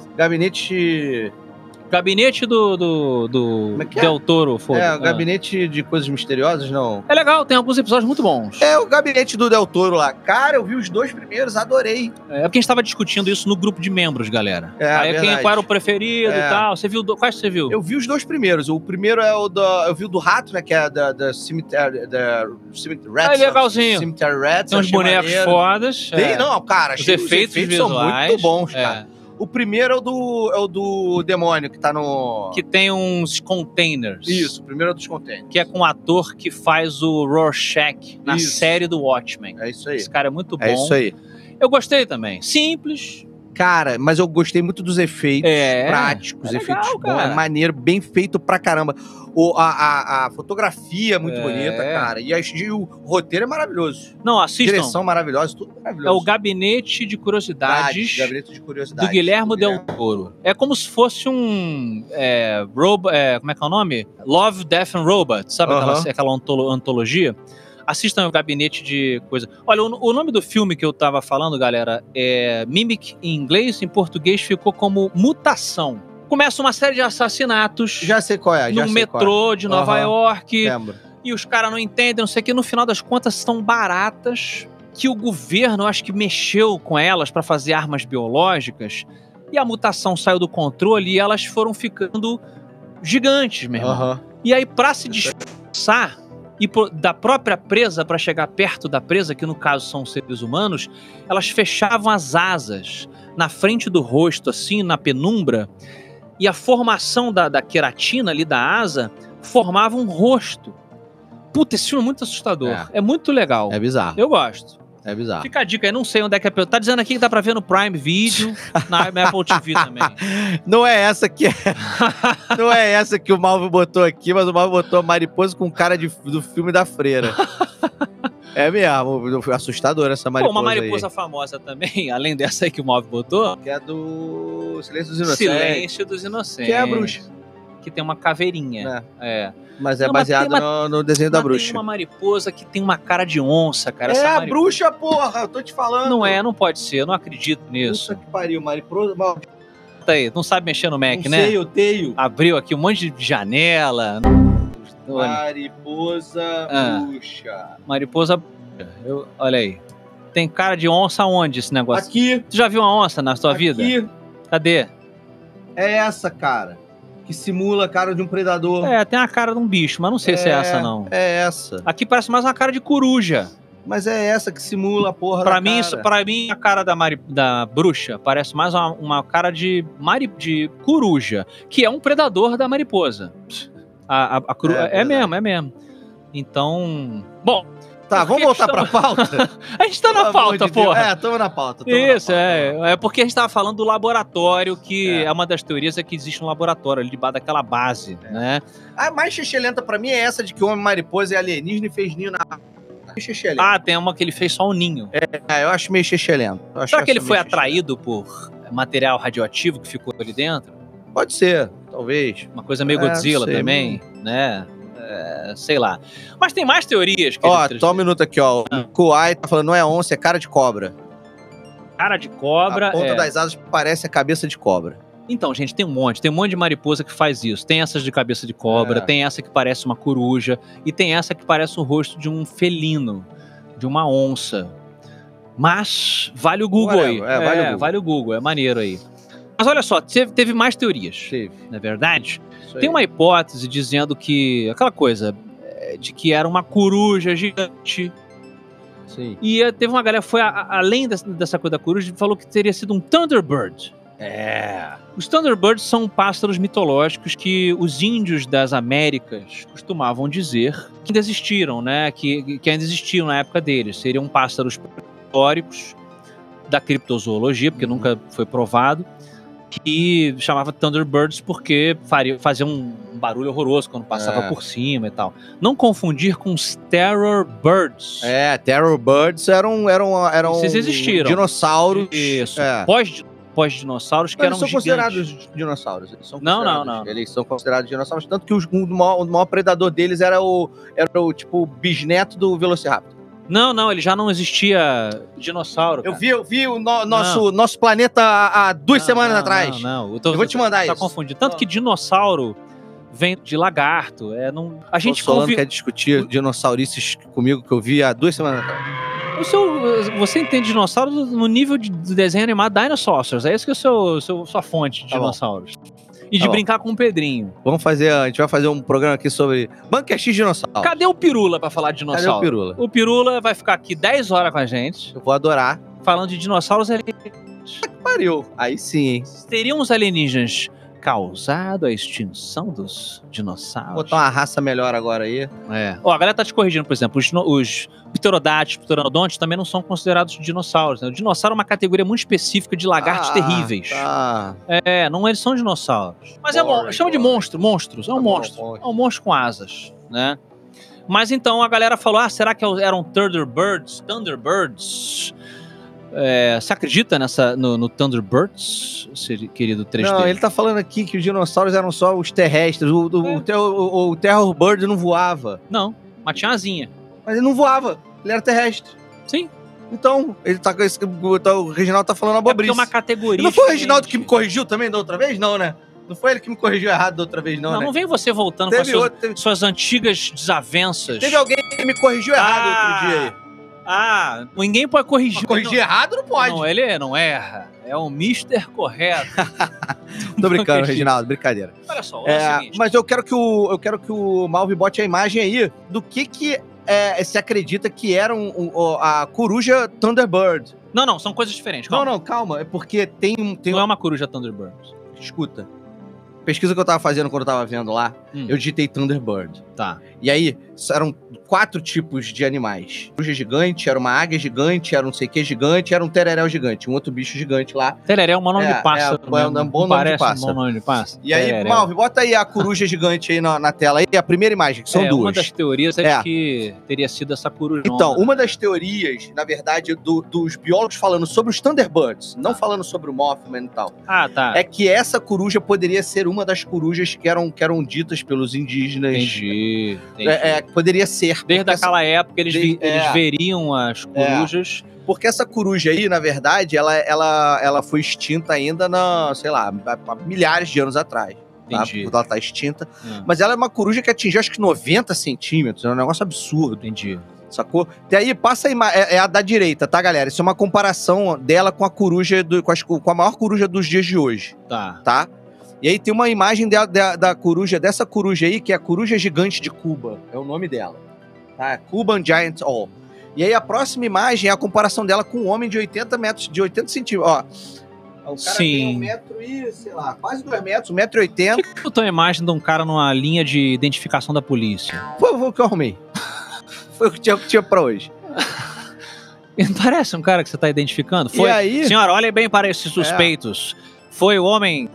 Gabinete... Gabinete do, do, do é é? Del Toro. Foda. É, o Gabinete ah. de Coisas Misteriosas, não. É legal, tem alguns episódios muito bons. É, o Gabinete do Del Toro lá. Cara, eu vi os dois primeiros, adorei. É porque a gente tava discutindo isso no grupo de membros, galera. É, Aí quem, qual era o preferido é. e tal. Você viu, quais você viu? Eu vi os dois primeiros. O primeiro é o do... Eu vi o do rato, né, que é da, da Cemetery... Da Cemetery Rats. É legalzinho. Cemetery Rats. Tem uns bonecos maneiro. fodas. Tem, é. não, cara. Os efeitos, os efeitos visuais, são muito bons, é. cara. O primeiro é o, do, é o do demônio, que tá no... Que tem uns containers. Isso, o primeiro é dos containers. Que é com o ator que faz o Rorschach na isso. série do Watchmen. É isso aí. Esse cara é muito bom. É isso aí. Eu gostei também. Simples. Cara, mas eu gostei muito dos efeitos é, práticos, é efeitos legal, bons, é maneiro, bem feito pra caramba. O, a, a, a fotografia é muito é. bonita, cara, e, a, e o roteiro é maravilhoso. Não, assistam. Direção maravilhosa, tudo maravilhoso. É o Gabinete de Curiosidades, Gabinete de Curiosidades do Guilherme Del Toro. É como se fosse um... É, robo, é, como é que é o nome? Love, Death and Robots, sabe uh-huh. aquela, aquela antolo, antologia? Assistam o Gabinete de Coisa. Olha, o, o nome do filme que eu tava falando, galera, é Mimic em inglês, em português ficou como Mutação. Começa uma série de assassinatos. Já sei qual é, já No sei metrô qual é. de Nova uhum. York. Lembro. E os caras não entendem, não sei o que. No final das contas, são baratas. Que o governo, acho que mexeu com elas para fazer armas biológicas. E a mutação saiu do controle e elas foram ficando gigantes, meu irmão. Uhum. E aí, pra se disfarçar... E da própria presa, para chegar perto da presa, que no caso são seres humanos, elas fechavam as asas na frente do rosto, assim, na penumbra, e a formação da, da queratina ali da asa formava um rosto. Puta, esse filme é muito assustador. É, é muito legal. É bizarro. Eu gosto. É bizarro. Fica a dica aí, não sei onde é que é. Tá dizendo aqui que dá pra ver no Prime Video, na Apple T V também. Não é essa que é. Não é essa que o Malvo botou aqui, mas o Malvo botou a mariposa com cara de, do filme da Freira. É mesmo, foi assustadora essa mariposa. Pô, uma mariposa aí. famosa também, além dessa aí que o Malve botou. Que é do Silêncio dos Inocentes. Silêncio dos Inocentes. Que é a bruxa. Que tem uma caveirinha. É. é. Mas é Não, baseado mas uma, no, no desenho da bruxa. Tem uma mariposa que tem uma cara de onça, cara. É essa a mariposa... bruxa, porra, eu tô te falando. Não é, não pode ser, eu não acredito nisso. Puta que pariu, mariposa. Tá aí, não sabe mexer no Mac, não né? Sei, eu tenho. Abriu aqui um monte de janela. Mariposa ah. bruxa. Mariposa eu, olha aí. Tem cara de onça onde esse negócio? Aqui. Tu já viu uma onça na sua aqui. vida? Cadê? É essa, cara. Que simula a cara de um predador. É, tem a cara de um bicho, mas não sei é, se é essa, não. É essa. Aqui parece mais uma cara de coruja. Mas é essa que simula a porra pra da mim, cara. Isso, pra mim, a cara da, mari, da bruxa parece mais uma, uma cara de, mari, de coruja, que é um predador da mariposa. A, a, a coru... é, é mesmo, é mesmo. Então, bom... Tá, vamos voltar estamos... pra pauta? A gente tá na pauta, de porra. É, tamo na pauta. Tamo Isso, na pauta. É, é porque a gente tava falando do laboratório, que é. é uma das teorias é que existe um laboratório ali debaixo daquela base, é. né? A mais xixelenta pra mim é essa de que o Homem-Mariposa é alienígena e fez ninho na... Ah, tem uma que ele fez só um ninho. É, eu acho meio xixelento. Será que ele foi atraído por material radioativo que ficou ali dentro? Pode ser, talvez. Uma coisa meio Godzilla é, também, né? É, sei lá. Mas tem mais teorias. Que ó, toma um minuto aqui, ó. Ah. O Kuai tá falando, não é onça, é cara de cobra. Cara de cobra, A ponta é... das asas parece a cabeça de cobra. Então, gente, tem um monte. Tem um monte de mariposa que faz isso. Tem essas de cabeça de cobra, é. tem essa que parece uma coruja, e tem essa que parece o rosto de um felino, de uma onça. Mas vale o Google Ué, aí. É, vale, é, o Google. vale o Google, é maneiro aí. Mas olha só, teve, teve mais teorias. Teve. Não é verdade? Tem uma hipótese dizendo que... Aquela coisa, de que era uma coruja gigante. Sim. E teve uma galera que foi, a, além dessa, dessa coisa da coruja, falou que teria sido um Thunderbird. É. Os Thunderbirds são pássaros mitológicos que os índios das Américas costumavam dizer que ainda existiram, né? Que, que ainda existiam na época deles. Seriam pássaros históricos da criptozoologia, porque uhum. nunca foi provado. E chamava Thunderbirds porque faria, fazia um barulho horroroso quando passava é. por cima e tal. Não confundir com os Terror Birds. É, Terror Birds eram, eram, eram Vocês existiram. Dinossauros. Isso. É. Pós, pós-dinossauros que Mas eram eles são gigantes. considerados dinossauros. Eles são não, considerados, não, não. Eles são considerados dinossauros. Tanto que os, o, maior, o maior predador deles era o, era o tipo, bisneto do Velociraptor. Não, não, ele já não existia dinossauro, cara. Eu vi, eu vi o no, nosso, nosso planeta há, há duas não, semanas não, atrás. Não, não. Eu, tô, eu vou te mandar tá isso. Tá confundindo. Tanto não. que dinossauro vem de lagarto. É, não... A gente o Solano convi... quer discutir dinossaurices comigo que eu vi há duas semanas atrás. O seu, você entende dinossauros no nível de, do desenho animado Dinosaurs. É isso que é a seu, seu, sua fonte de tá dinossauros. Bom. E de tá brincar bom. com o Pedrinho. Vamos fazer, a gente vai fazer um programa aqui sobre Bunker X dinossauro. Cadê o Pirula pra falar de dinossauro? Cadê o Pirula? O Pirula vai ficar aqui dez horas com a gente. Eu vou adorar. Falando de dinossauros alienígenas. Que pariu. Aí sim, hein? Teriam os alienígenas causado a extinção dos dinossauros? Vou botar uma raça melhor agora aí. É. Ó, a galera tá te corrigindo, por exemplo, os, os pterodáctilos, pteranodontes também não são considerados dinossauros, né? O dinossauro é uma categoria muito específica de lagartos ah, terríveis. Tá. É, não eles são dinossauros. Mas boring, é chama boring. de monstro, monstros, é um tá monstro. Bom, é um monstro com asas, né? Mas então a galera falou, ah, será que eram Thunderbirds? Thunderbirds? É, você acredita nessa, no, no Thunderbirds, querido três D? Não, ele tá falando aqui que os dinossauros eram só os terrestres. O, o, é. o, o, o Terror Bird não voava. Não, mas tinha asinha. Mas ele não voava, ele era terrestre. Sim. Então, ele tá, o Reginaldo tá falando abobrinha. É porque é uma categoria. E não foi o Reginaldo que me corrigiu também da outra vez? Não, né? Não foi ele que me corrigiu errado da outra vez, não, não né? Não vem você voltando teve com as suas, outro, teve... suas antigas desavenças. Teve alguém que me corrigiu errado ah. outro dia aí. Ah, ninguém pode corrigir. Mas corrigir não, errado não pode. Não, ele não erra. É o mister correto. Tô brincando, Reginaldo, brincadeira. Olha só, é, é o seguinte. Mas eu quero que o, eu quero que o Malvi bote a imagem aí do que que é, se acredita que era um, um, a coruja Thunderbird. Não, não, são coisas diferentes. Calma. Não, não, calma. É porque tem... tem não é uma coruja Thunderbird. Escuta. Pesquisa que eu tava fazendo quando eu tava vendo lá, hum. eu digitei Thunderbird. Tá. E aí, eram quatro tipos de animais. Coruja gigante, era uma águia gigante, era um sei que gigante, era um tereréu gigante, um outro bicho gigante lá. Tereréu é um nome é, de pássaro. É, é um bom nome de pássaro. Um bom nome de pássaro. E aí, tereréu. Malve, bota aí a coruja gigante aí na, na tela, aí a primeira imagem, que são é, duas. Uma das teorias é, é. De que teria sido essa coruja. Então, uma das teorias, na verdade, do, dos biólogos falando sobre os Thunderbirds, não falando sobre o Mothman e tal, ah, tá. é que essa coruja poderia ser uma das corujas que eram, que eram ditas pelos indígenas. Entendi. entendi. É, é, poderia ser. Desde aquela essa... época, eles, vi, é. eles veriam as corujas. É. Porque essa coruja aí, na verdade, ela, ela, ela foi extinta ainda, na, sei lá, há milhares de anos atrás. Entendi. Tá? Ela tá extinta. Hum. Mas ela é uma coruja que atingiu acho que noventa centímetros. É um negócio absurdo. Entendi. Sacou? E aí, passa aí, é, é a da direita, tá, galera? Isso é uma comparação dela com a coruja, do, com, as, com a maior coruja dos dias de hoje. Tá. Tá? E aí tem uma imagem da, da, da coruja, dessa coruja aí, que é a coruja gigante de Cuba. É o nome dela. Tá? Cuban Giant Owl. E aí a próxima imagem é a comparação dela com um homem de oitenta metros, de oitenta centímetros. Ó, o cara Sim. tem um metro e, sei lá, quase dois metros, um metro e oitenta. Por que você botou a imagem de um cara numa linha de identificação da polícia? Foi, foi o que eu arrumei. Foi o que tinha, tinha pra hoje. Não parece um cara que você tá identificando? Foi, e aí? Senhora, olha bem para esses suspeitos. É. Foi o homem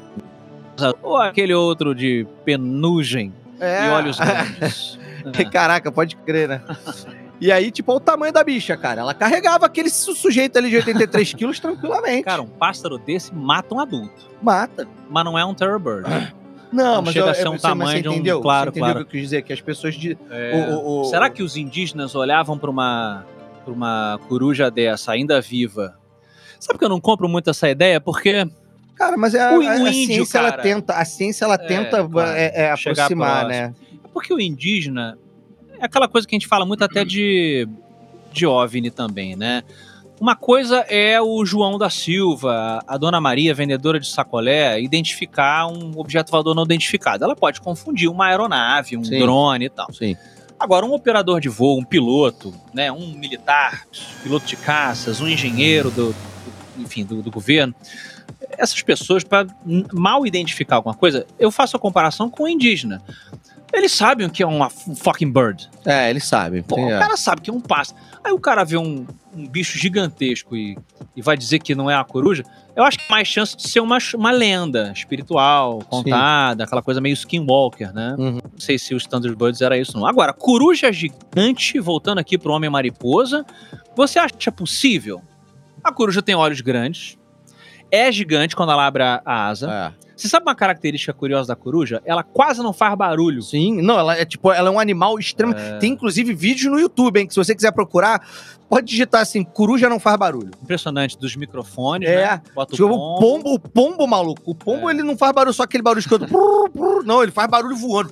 ou aquele outro de penugem é. e olhos grandes? É. Caraca, pode crer, né? E aí, tipo, olha o tamanho da bicha, cara. Ela carregava aquele sujeito ali de oitenta e três quilos tranquilamente. Cara, um pássaro desse mata um adulto. Mata. Mas não é um Thunderbird. Não, não mas chega eu, a ser um você, tamanho você entendeu? de um... Claro, você entendeu claro. o que eu quis dizer? Que as pessoas... De, é... o, o, o... Será que os indígenas olhavam para uma, pra uma coruja dessa, ainda viva? Sabe que eu não compro muito essa ideia? Porque... Cara, mas é, o, a, o a índio, ciência, cara, ela tenta, a ciência, ela tenta é, claro, é, é, aproximar, né? É porque o indígena... É aquela coisa que a gente fala muito até de, de OVNI também, né? Uma coisa é o João da Silva, a Dona Maria, vendedora de sacolé, identificar um objeto voador não identificado. Ela pode confundir uma aeronave, um Sim. drone e tal. Sim. Agora, um operador de voo, um piloto, né, um militar, piloto de caças, um engenheiro do, do enfim, do, do governo, essas pessoas, para mal identificar alguma coisa, eu faço a comparação com o indígena. Eles sabem o que é uma fucking bird. É, eles sabem. Pô, o cara sabe que é um pássaro. Aí o cara vê um, um bicho gigantesco e, e vai dizer que não é uma coruja, eu acho que tem mais chance de ser uma, uma lenda espiritual, contada, Sim. aquela coisa meio skinwalker, né? Uhum. Não sei se os Thunderbirds era isso não. Agora, coruja gigante, voltando aqui pro Homem-Mariposa, você acha possível? A coruja tem olhos grandes, é gigante quando ela abre a, a asa. É. Você sabe uma característica curiosa da coruja? Ela quase não faz barulho. Sim, não, ela é tipo, ela é um animal extremo. É... Tem inclusive vídeos no YouTube, hein, que se você quiser procurar, pode digitar assim, coruja não faz barulho. Impressionante, dos microfones, é. né? Bota tipo, o pombo. o pombo. O pombo, maluco, o pombo é. ele não faz barulho, só aquele barulho escroto. Não, ele faz barulho voando.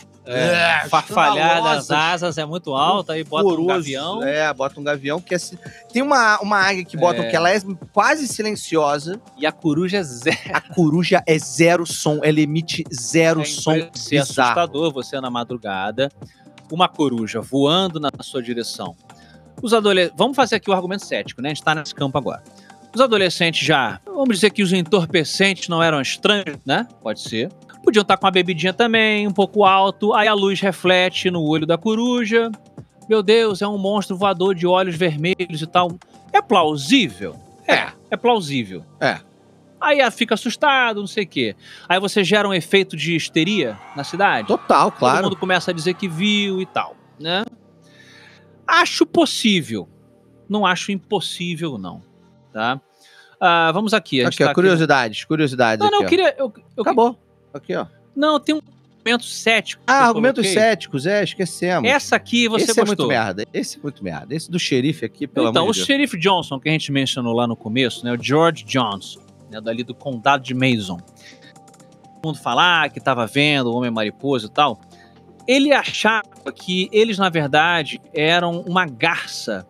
É, farfalhar das asas é muito alta, aí bota Foroso, um gavião. É, bota um gavião, que é... Tem uma, uma águia que bota, é. que ela é quase silenciosa. E a coruja é zero. A coruja é zero som, ela emite zero é som bizarro. É assustador você na madrugada, uma coruja voando na sua direção. Os adolescentes... Vamos fazer aqui o argumento cético, né? A gente tá nesse campo agora. Os adolescentes já... Vamos dizer que os entorpecentes não eram estranhos, né? Pode ser. Podiam estar com uma bebidinha também, um pouco alto, aí a luz reflete no olho da coruja. Meu Deus, é um monstro voador de olhos vermelhos e tal. É plausível? É, é plausível. É. Aí ela fica assustado, não sei o quê. Aí você gera um efeito de histeria na cidade. Total, claro. Todo mundo começa a dizer que viu e tal, né? Acho possível. Não acho impossível, não. Tá? Ah, vamos aqui. A gente aqui, tá curiosidades, aqui. curiosidades. Não, não, aqui, eu queria... Eu, eu, Acabou. Aqui, ó. Não, tem um argumento cético. Ah, argumentos céticos, é, esquecemos. Essa aqui você Esse gostou. é muito merda, esse é muito merda. Esse do xerife aqui, pelo então, amor de Deus. Então, o xerife Johnson, que a gente mencionou lá no começo, né, o George Johnson, né, dali do condado de Mason. Todo mundo falar que tava vendo o Homem-Mariposa e tal. Ele achava que eles, na verdade, eram uma garça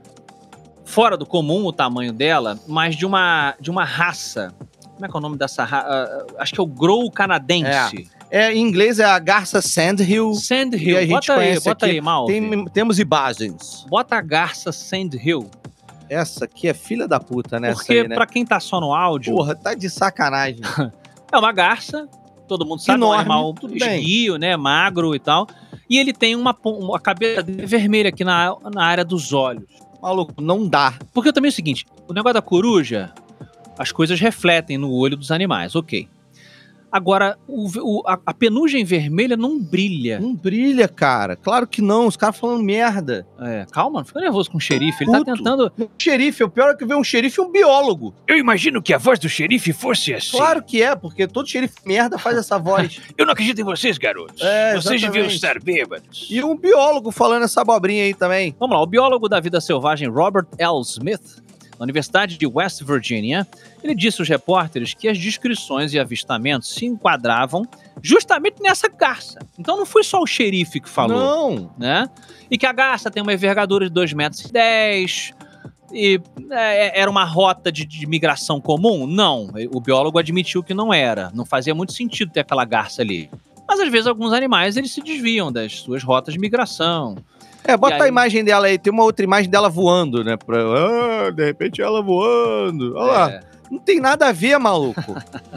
fora do comum, o tamanho dela, mas de uma, de uma raça. Como é que é o nome dessa raça? Uh, acho que é o Grow canadense. É. é, em inglês é a garça Sandhill. Sandhill, e a gente bota aí, bota aqui. aí, Mal. Tem, temos imagens. Bota a garça Sandhill. Essa aqui é filha da puta, né? Porque aí, né? pra quem tá só no áudio... Porra, tá de sacanagem. É uma garça, todo mundo sabe, enorme, um animal tudo esguio, né, magro e tal. E ele tem uma, uma cabeça vermelha aqui na, na área dos olhos. Maluco, não dá. Porque também é o seguinte, o negócio da coruja, as coisas refletem no olho dos animais, ok. Agora, o, o, a, a penugem vermelha não brilha. Não brilha, cara. Claro que não. Os caras falando merda. É, calma, não fica nervoso com o xerife. Ele Puto. tá tentando... O xerife, o pior é que ver um xerife e um biólogo. Eu imagino que a voz do xerife fosse assim. Claro que é, porque todo xerife merda faz essa voz. Eu não acredito em vocês, garotos. É, vocês deviam estar bêbados. E um biólogo falando essa abobrinha aí também. Vamos lá, o biólogo da vida selvagem Robert L. Smith, na Universidade de West Virginia, ele disse aos repórteres que as descrições e avistamentos se enquadravam justamente nessa garça. Então não foi só o xerife que falou. Não. Né? E que a garça tem uma envergadura de dois metros e dez, e é, era uma rota de, de migração comum? Não. O biólogo admitiu que não era. Não fazia muito sentido ter aquela garça ali. Mas às vezes alguns animais eles se desviam das suas rotas de migração. É, bota aí... a imagem dela aí. Tem uma outra imagem dela voando, né? Pra... Ah, de repente ela voando. Olha é. lá. Não tem nada a ver, maluco.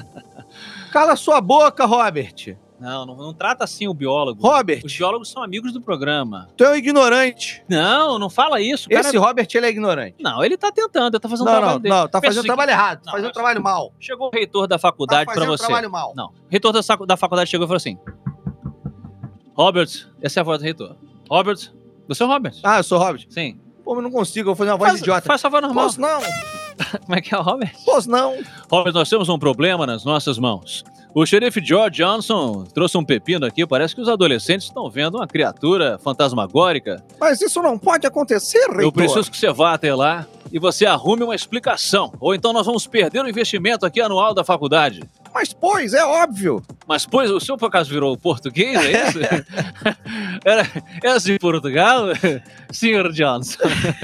Cala sua boca, Robert. Não, não, não trata assim o biólogo. Robert. Os biólogos são amigos do programa. Tu é um ignorante. Não, não fala isso. Cara... Esse Robert, ele é ignorante. Não, ele tá tentando, ele tá fazendo não, o trabalho não, dele. Não, tá Pensa fazendo o trabalho errado, tá fazendo o trabalho mal. Chegou o reitor da faculdade tá pra você. Tá fazendo o trabalho mal. Não, o reitor da, da faculdade chegou e falou assim: Robert, essa é a voz do reitor. Robert... Você é o Robert? Ah, eu sou o Robert? Sim. Pô, eu não consigo, eu vou fazer uma voz faz, idiota. Faz sua voz normal. Posso não. Como é que é o Robert? Posso não. Robert, nós temos um problema nas nossas mãos. O xerife George Johnson trouxe um pepino aqui, parece que os adolescentes estão vendo uma criatura fantasmagórica. Mas isso não pode acontecer, reitor. Eu preciso que você vá até lá e você arrume uma explicação, ou então nós vamos perder o investimento aqui anual da faculdade. Mas, pois, é óbvio. Mas, pois, o senhor por acaso virou português, é isso? Era, era assim, Portugal? senhor Johnson.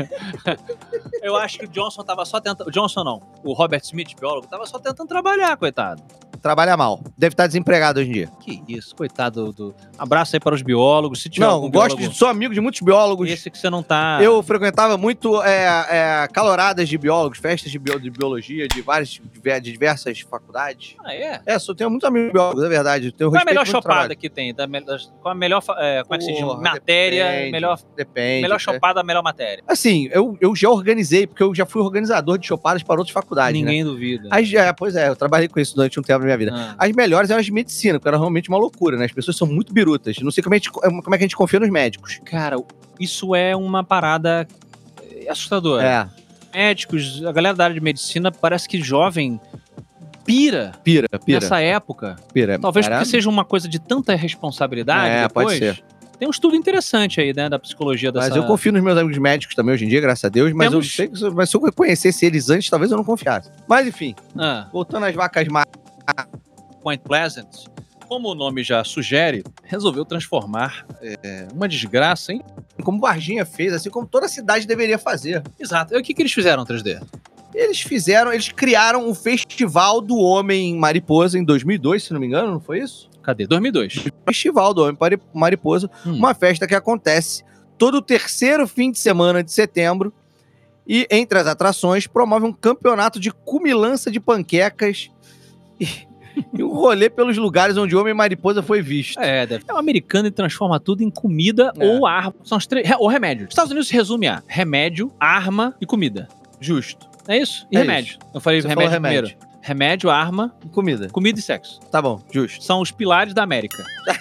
Eu acho que o Johnson tava só tentando... O Johnson não, o Robert Smith, biólogo, tava só tentando trabalhar, coitado. Trabalha mal. Deve estar desempregado hoje em dia. Que isso, coitado do... Abraço aí para os biólogos. Se tiver não, algum gosto biólogo... de... Sou amigo de muitos biólogos. Esse que você não tá... Eu frequentava muito é, é, caloradas de biólogos, festas de, bio, de biologia, de várias, de diversas faculdades. Ah, é? É, só tenho muitos amigos biólogos, é verdade. Tenho Qual é a melhor chopada que tem? Da, qual a melhor, é, como é que se chama? Matéria, depende, melhor... Depende. Melhor chopada, é. melhor matéria. Assim, eu, eu já organizei, porque eu já fui organizador de chopadas para outras faculdades, Ninguém né? duvida. As, é, pois é, eu trabalhei com isso durante um tempo da minha vida. Ah. As melhores eram as de medicina, porque era realmente uma loucura, né? As pessoas são muito birutas. Não sei como, a gente, como é que a gente confia nos médicos. Cara, isso é uma parada assustadora. É. Médicos, a galera da área de medicina, parece que jovem pira. Pira, pira. Nessa época. Pira. Talvez Era... porque seja uma coisa de tanta responsabilidade. É, depois. pode ser. Tem um estudo interessante aí, né, da psicologia dessa... Mas eu confio nos meus amigos médicos também hoje em dia, graças a Deus, mas, Temos... eu sei que, mas se eu conhecesse eles antes, talvez eu não confiasse. Mas enfim, ah. voltando às vacas magras. Point Pleasant, como o nome já sugere, resolveu transformar é, uma desgraça em... Como Varginha fez, assim como toda cidade deveria fazer. Exato. E o que, que eles fizeram, três D? Eles fizeram, eles criaram o Festival do Homem Mariposa em dois mil e dois, se não me engano, não foi isso? Cadê? dois mil e dois. Festival do Homem Mariposa, hum. uma festa que acontece todo o terceiro fim de semana de setembro e, entre as atrações, promove um campeonato de cumilança de panquecas e, e um rolê pelos lugares onde o Homem Mariposa foi visto. É, deve é um americano e transforma tudo em comida é. ou arma. São os três... Ou remédio. Os Estados Unidos se resume a remédio, arma e comida. Justo. É isso? E é remédio. Isso. Eu falei Você remédio, remédio primeiro. Remédio, arma... E comida. Comida e sexo. Tá bom, justo. São os pilares da América.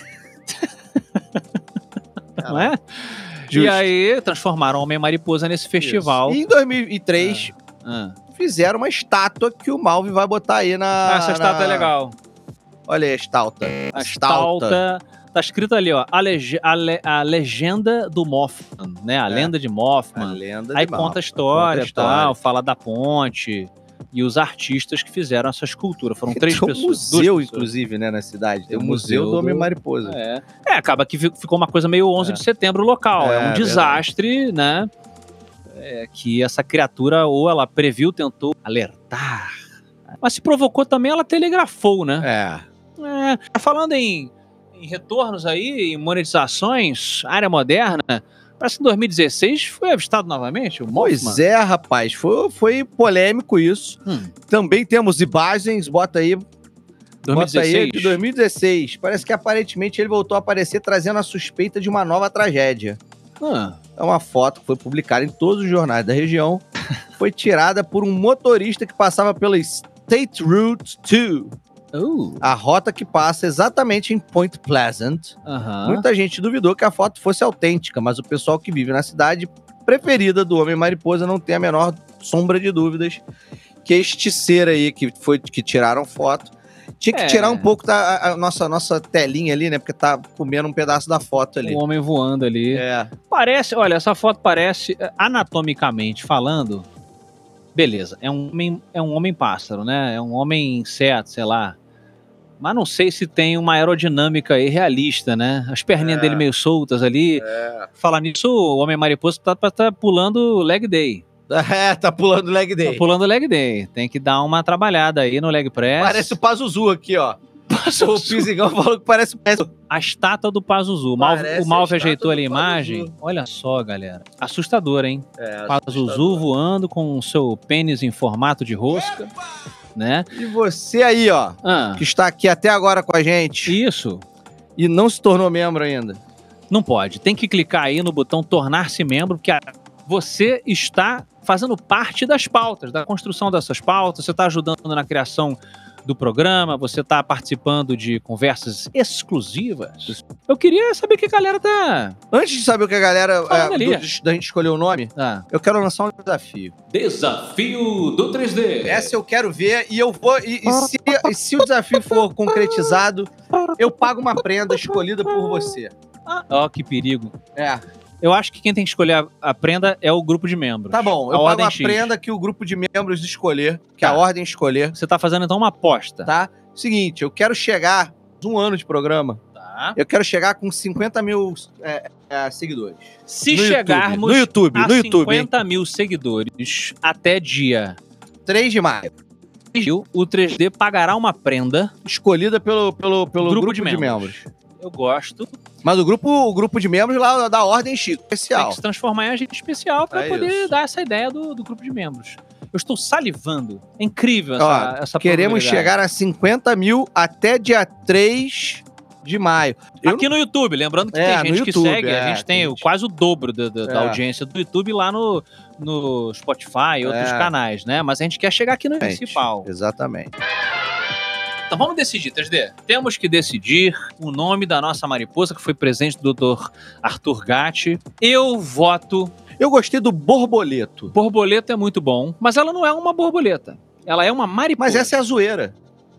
Não é? Justo. E aí, transformaram o Homem-Mariposa nesse festival. Isso. E em dois mil e três, ah. Ah. fizeram uma estátua que o Malve vai botar aí na... Ah, essa estátua na... é legal. Olha aí a estátua. A estátua... Tá escrito ali, ó, a, lege, a, le, a legenda do Mothman, né? A é. lenda de Mothman. A lenda aí de conta a história e tal, fala da ponte e os artistas que fizeram essa escultura. Foram três Tem pessoas. Tem um museu, inclusive, né, na cidade. Tem o um museu, museu do Homem-Mariposa. É. é, acaba que ficou uma coisa meio onze é. de setembro local. É, é um desastre, verdade. né? É, que essa criatura, ou ela previu, tentou alertar. Mas se provocou também, ela telegrafou, né? É. é falando em... em retornos aí, em monetizações, área moderna, parece que em dois mil e dezesseis foi avistado novamente o Mothman. Pois é, rapaz, foi, foi polêmico isso. Hum. Também temos imagens, bota aí, dois mil e dezesseis? Bota aí de dois mil e dezesseis. Parece que aparentemente ele voltou a aparecer trazendo a suspeita de uma nova tragédia. Ah. É uma foto que foi publicada em todos os jornais da região. Foi tirada por um motorista que passava pela State Route dois. Uh. A rota que passa exatamente em Point Pleasant. Uh-huh. Muita gente duvidou que a foto fosse autêntica, mas o pessoal que vive na cidade preferida do Homem-Mariposa não tem a menor sombra de dúvidas que este ser aí que, foi, que tiraram foto tinha que é. tirar um pouco da a, a nossa, nossa telinha ali, né? Porque tá comendo um pedaço da foto ali. O homem voando ali. É. Parece, olha, essa foto parece, anatomicamente falando, beleza, é um homem, é um homem pássaro, né? É um homem inseto, sei lá. Mas não sei se tem uma aerodinâmica aí realista, né? As perninhas é. dele meio soltas ali. É. Falar nisso, o Homem-Mariposa tá, tá pulando leg day. É, tá pulando leg day. Tá pulando leg day. Tem que dar uma trabalhada aí no leg press. Parece o Pazuzu aqui, ó. Pazuzu. O Pizigão falou que parece o a estátua do Pazuzu. O Malve, o Malve ajeitou ali a imagem. Pazuzu. Olha só, galera. Assustador, hein? É, Pazuzu assustador. Voando com o seu pênis em formato de rosca. Epa! Né? E você aí, ó, ah. que está aqui até agora com a gente. Isso. E não se tornou membro ainda. Não pode. Tem que clicar aí no botão tornar-se membro, porque você está fazendo parte das pautas, da construção dessas pautas, você está ajudando na criação do programa, você está participando de conversas exclusivas. Eu queria saber o que a galera tá... Antes de saber o que a galera... É, do, da gente escolher o nome, ah. eu quero lançar um desafio. Desafio do três D. Essa eu quero ver e eu vou... E, e, se, e se o desafio for concretizado, eu pago uma prenda escolhida por você. Ó, ah. oh, que perigo. É. Eu acho que quem tem que escolher a prenda é o grupo de membros. Tá bom, eu a pago a X. prenda que o grupo de membros escolher, que tá. a ordem escolher. Você tá fazendo então uma aposta. Tá? Seguinte, eu quero chegar, um ano de programa, tá. eu quero chegar com cinquenta mil é, é, seguidores. Se no chegarmos no YouTube, a no YouTube, cinquenta mil seguidores até dia três de maio, o três D pagará uma prenda escolhida pelo, pelo, pelo grupo, grupo de, membros. de membros. Eu gosto. Mas o grupo, o grupo de membros lá da Ordem X, especial. Tem que se transformar em agente especial para é poder isso. dar essa ideia do, do grupo de membros. Eu estou salivando. É incrível essa, Ó, essa queremos chegar a cinquenta mil até dia três de maio. Eu... Aqui no YouTube, lembrando que é, tem gente YouTube, que segue, é, a gente tem gente... quase o dobro da, da, é. da audiência do YouTube lá no, no Spotify e outros é. canais, né? Mas a gente quer chegar aqui no gente, principal. Exatamente. Então vamos decidir, três D. Temos que decidir o nome da nossa mariposa, que foi presente do doutor Arthur Gatti. Eu voto... Eu gostei do borboleto. Borboleta é muito bom, mas ela não é uma borboleta. Ela é uma mariposa. Mas essa é a zoeira.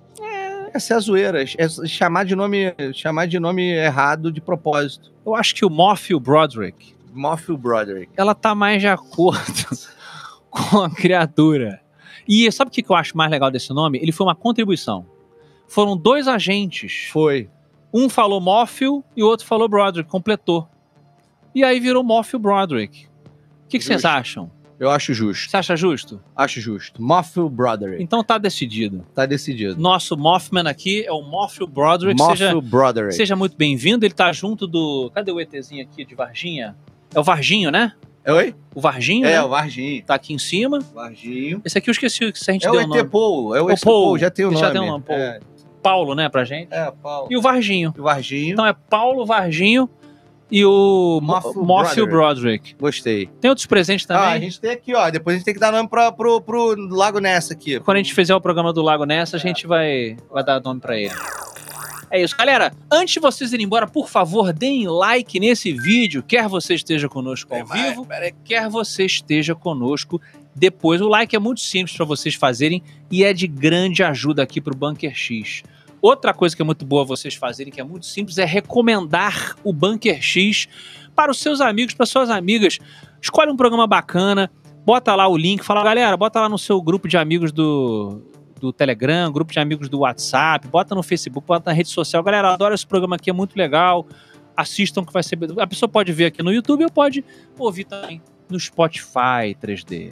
É. Essa é a zoeira. É chamar de nome, chamar de nome errado de propósito. Eu acho que o Morphew Broderick... Morphew Broderick. Ela tá mais de acordo com a criatura. E sabe o que eu acho mais legal desse nome? Ele foi uma contribuição. Foram dois agentes. Foi. Um falou Morphew e o outro falou Broderick, completou. E aí virou Morphew Broderick. O que, que vocês acham? Eu acho justo. Você acha justo? Acho justo. Morphew Broderick. Então tá decidido. Tá decidido. Nosso Mothman aqui é o Morphew Broderick. Morphew seja, Broderick. Seja muito bem-vindo. Ele tá junto do... Cadê o ETzinho aqui de Varginha? É o Varginho, né? Oi? O Varginho, É, né? o Varginho. Tá aqui em cima. Varginho. Esse aqui eu esqueci se a gente é deu o nome. nome. É o E T Paul. É o, o E T Paul, já tem o nome. Já tem o nome, Paul. É. Paulo, né, pra gente? É, Paulo. E o Varginho. E o Varginho. Então é Paulo, Varginho e o Morphew Morphew Broderick. Broderick. Gostei. Tem outros presentes também? Ah, a gente tem aqui, ó. Depois a gente tem que dar nome pra, pro, pro Lago Nessa aqui. Quando a gente fizer o programa do Lago Nessa, é. a gente vai, vai dar nome pra ele. É isso, galera. Antes de vocês irem embora, por favor, deem like nesse vídeo, quer você esteja conosco ao Tem vivo, mais, quer você esteja conosco depois. O like é muito simples para vocês fazerem e é de grande ajuda aqui pro Bunker X. Outra coisa que é muito boa vocês fazerem, que é muito simples, é recomendar o Bunker X para os seus amigos, para suas amigas. Escolhe um programa bacana, bota lá o link, fala, galera, bota lá no seu grupo de amigos do, do Telegram, grupo de amigos do WhatsApp, bota no Facebook, bota na rede social. Galera, eu adoro esse programa aqui, é muito legal. Assistam que vai ser... A pessoa pode ver aqui no YouTube ou pode ouvir também no Spotify três D.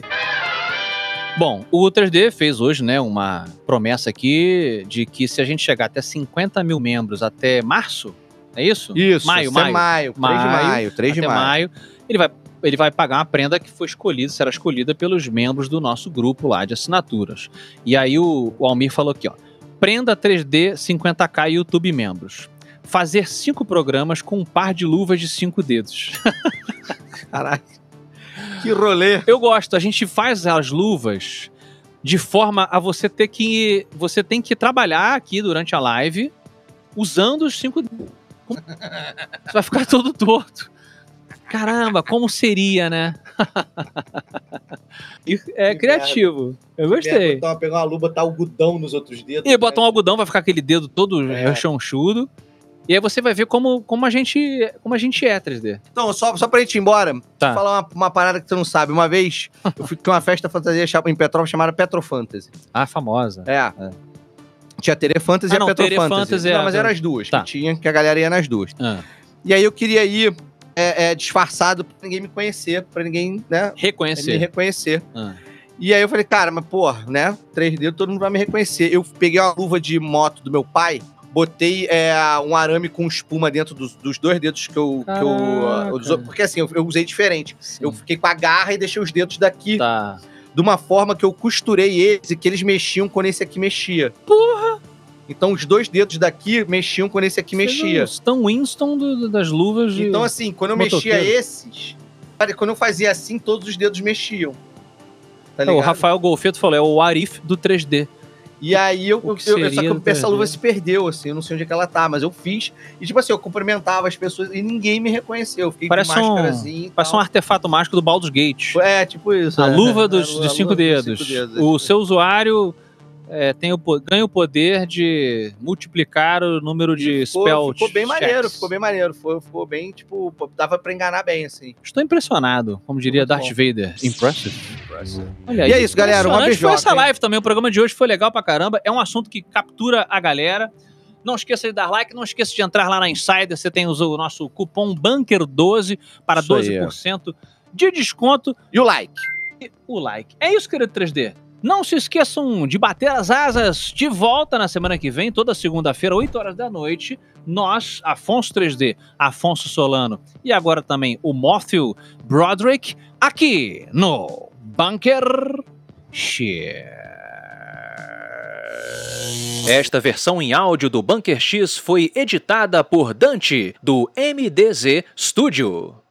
Bom, o três D fez hoje, né, uma promessa aqui de que se a gente chegar até cinquenta mil membros até março, é isso? Isso, maio, maio, maio, maio, três de maio, três de maio. maio, ele vai, ele vai pagar uma prenda que foi escolhida, será escolhida pelos membros do nosso grupo lá de assinaturas. E aí o, o Almir falou aqui, ó, Prenda três D cinquenta K YouTube membros. Fazer cinco programas com um par de luvas de cinco dedos. Caralho. Que rolê. Eu gosto. A gente faz as luvas de forma a você ter que... Você tem que trabalhar aqui durante a live usando os cinco dedos. Você vai ficar todo torto. Caramba, como seria, né? É que criativo. Merda. Eu gostei. Então, pegar uma luva, botar algodão nos outros dedos. E botar um algodão, vai ficar aquele dedo todo é. rechonchudo. E aí você vai ver como, como, a, gente, como a gente é três D. Então, só, só pra gente ir embora, tá. Vou falar uma, uma parada que você não sabe. Uma vez, eu fui com uma festa fantasia em Petrópolis chamada Petrofantasy. Ah, famosa. É. é. Tinha a Terefantasy ah, e a Petrofantasy. É não, mas eram as duas. Tá. Que tinha, que a galera ia nas duas. Ah. E aí eu queria ir é, é, disfarçado pra ninguém me conhecer, pra ninguém, né? Reconhecer. Me reconhecer. Ah. E aí eu falei, cara, mas porra, né? três D, todo mundo vai me reconhecer. Eu peguei uma luva de moto do meu pai, botei é, um arame com espuma dentro dos, dos dois dedos que eu... Que eu, eu porque assim, eu, eu usei diferente. Sim. Eu fiquei com a garra e deixei os dedos daqui. Tá. De uma forma que eu costurei eles e que eles mexiam quando esse aqui mexia. Porra! Então os dois dedos daqui mexiam quando esse aqui Você mexia. Stan Winston do, das luvas de Então assim, quando eu motoqueiro. mexia esses... Quando eu fazia assim, todos os dedos mexiam. Tá é, o Rafael Golfeto falou, é o Arif do três D. E aí, eu, eu, eu só que essa luva se perdeu, assim, eu não sei onde é que ela tá, mas eu fiz. E tipo assim, eu cumprimentava as pessoas e ninguém me reconheceu. Eu fiquei parece com máscara um, assim. Parece um artefato mágico do Baldur's Gate. É, tipo isso. A é, luva dos, é, dos a cinco, luva dedos. Dos cinco dedos. O seu usuário é, tem o, ganha o poder de multiplicar o número de ficou, spell Ficou bem checks. maneiro, ficou bem maneiro. Ficou, ficou bem, tipo, dava pra enganar bem, assim. Estou impressionado, como diria Darth bom. Vader. Impressive. Impressive. Olha e é isso, galera. Uma beijoca. Foi essa live também. O programa de hoje foi legal pra caramba. É um assunto que captura a galera. Não esqueça de dar like, não esqueça de entrar lá na Insider. Você tem o nosso cupom bunker doze para isso doze por cento aí. De desconto. E o like. E o like. É isso, querido três D. Não se esqueçam de bater as asas de volta na semana que vem, toda segunda-feira, oito horas da noite. Nós, Afonso três D, Afonso Solano e agora também o Matthew Broderick, aqui no Bunker X. Esta versão em áudio do Bunker X foi editada por Dante, do M D Z Studio.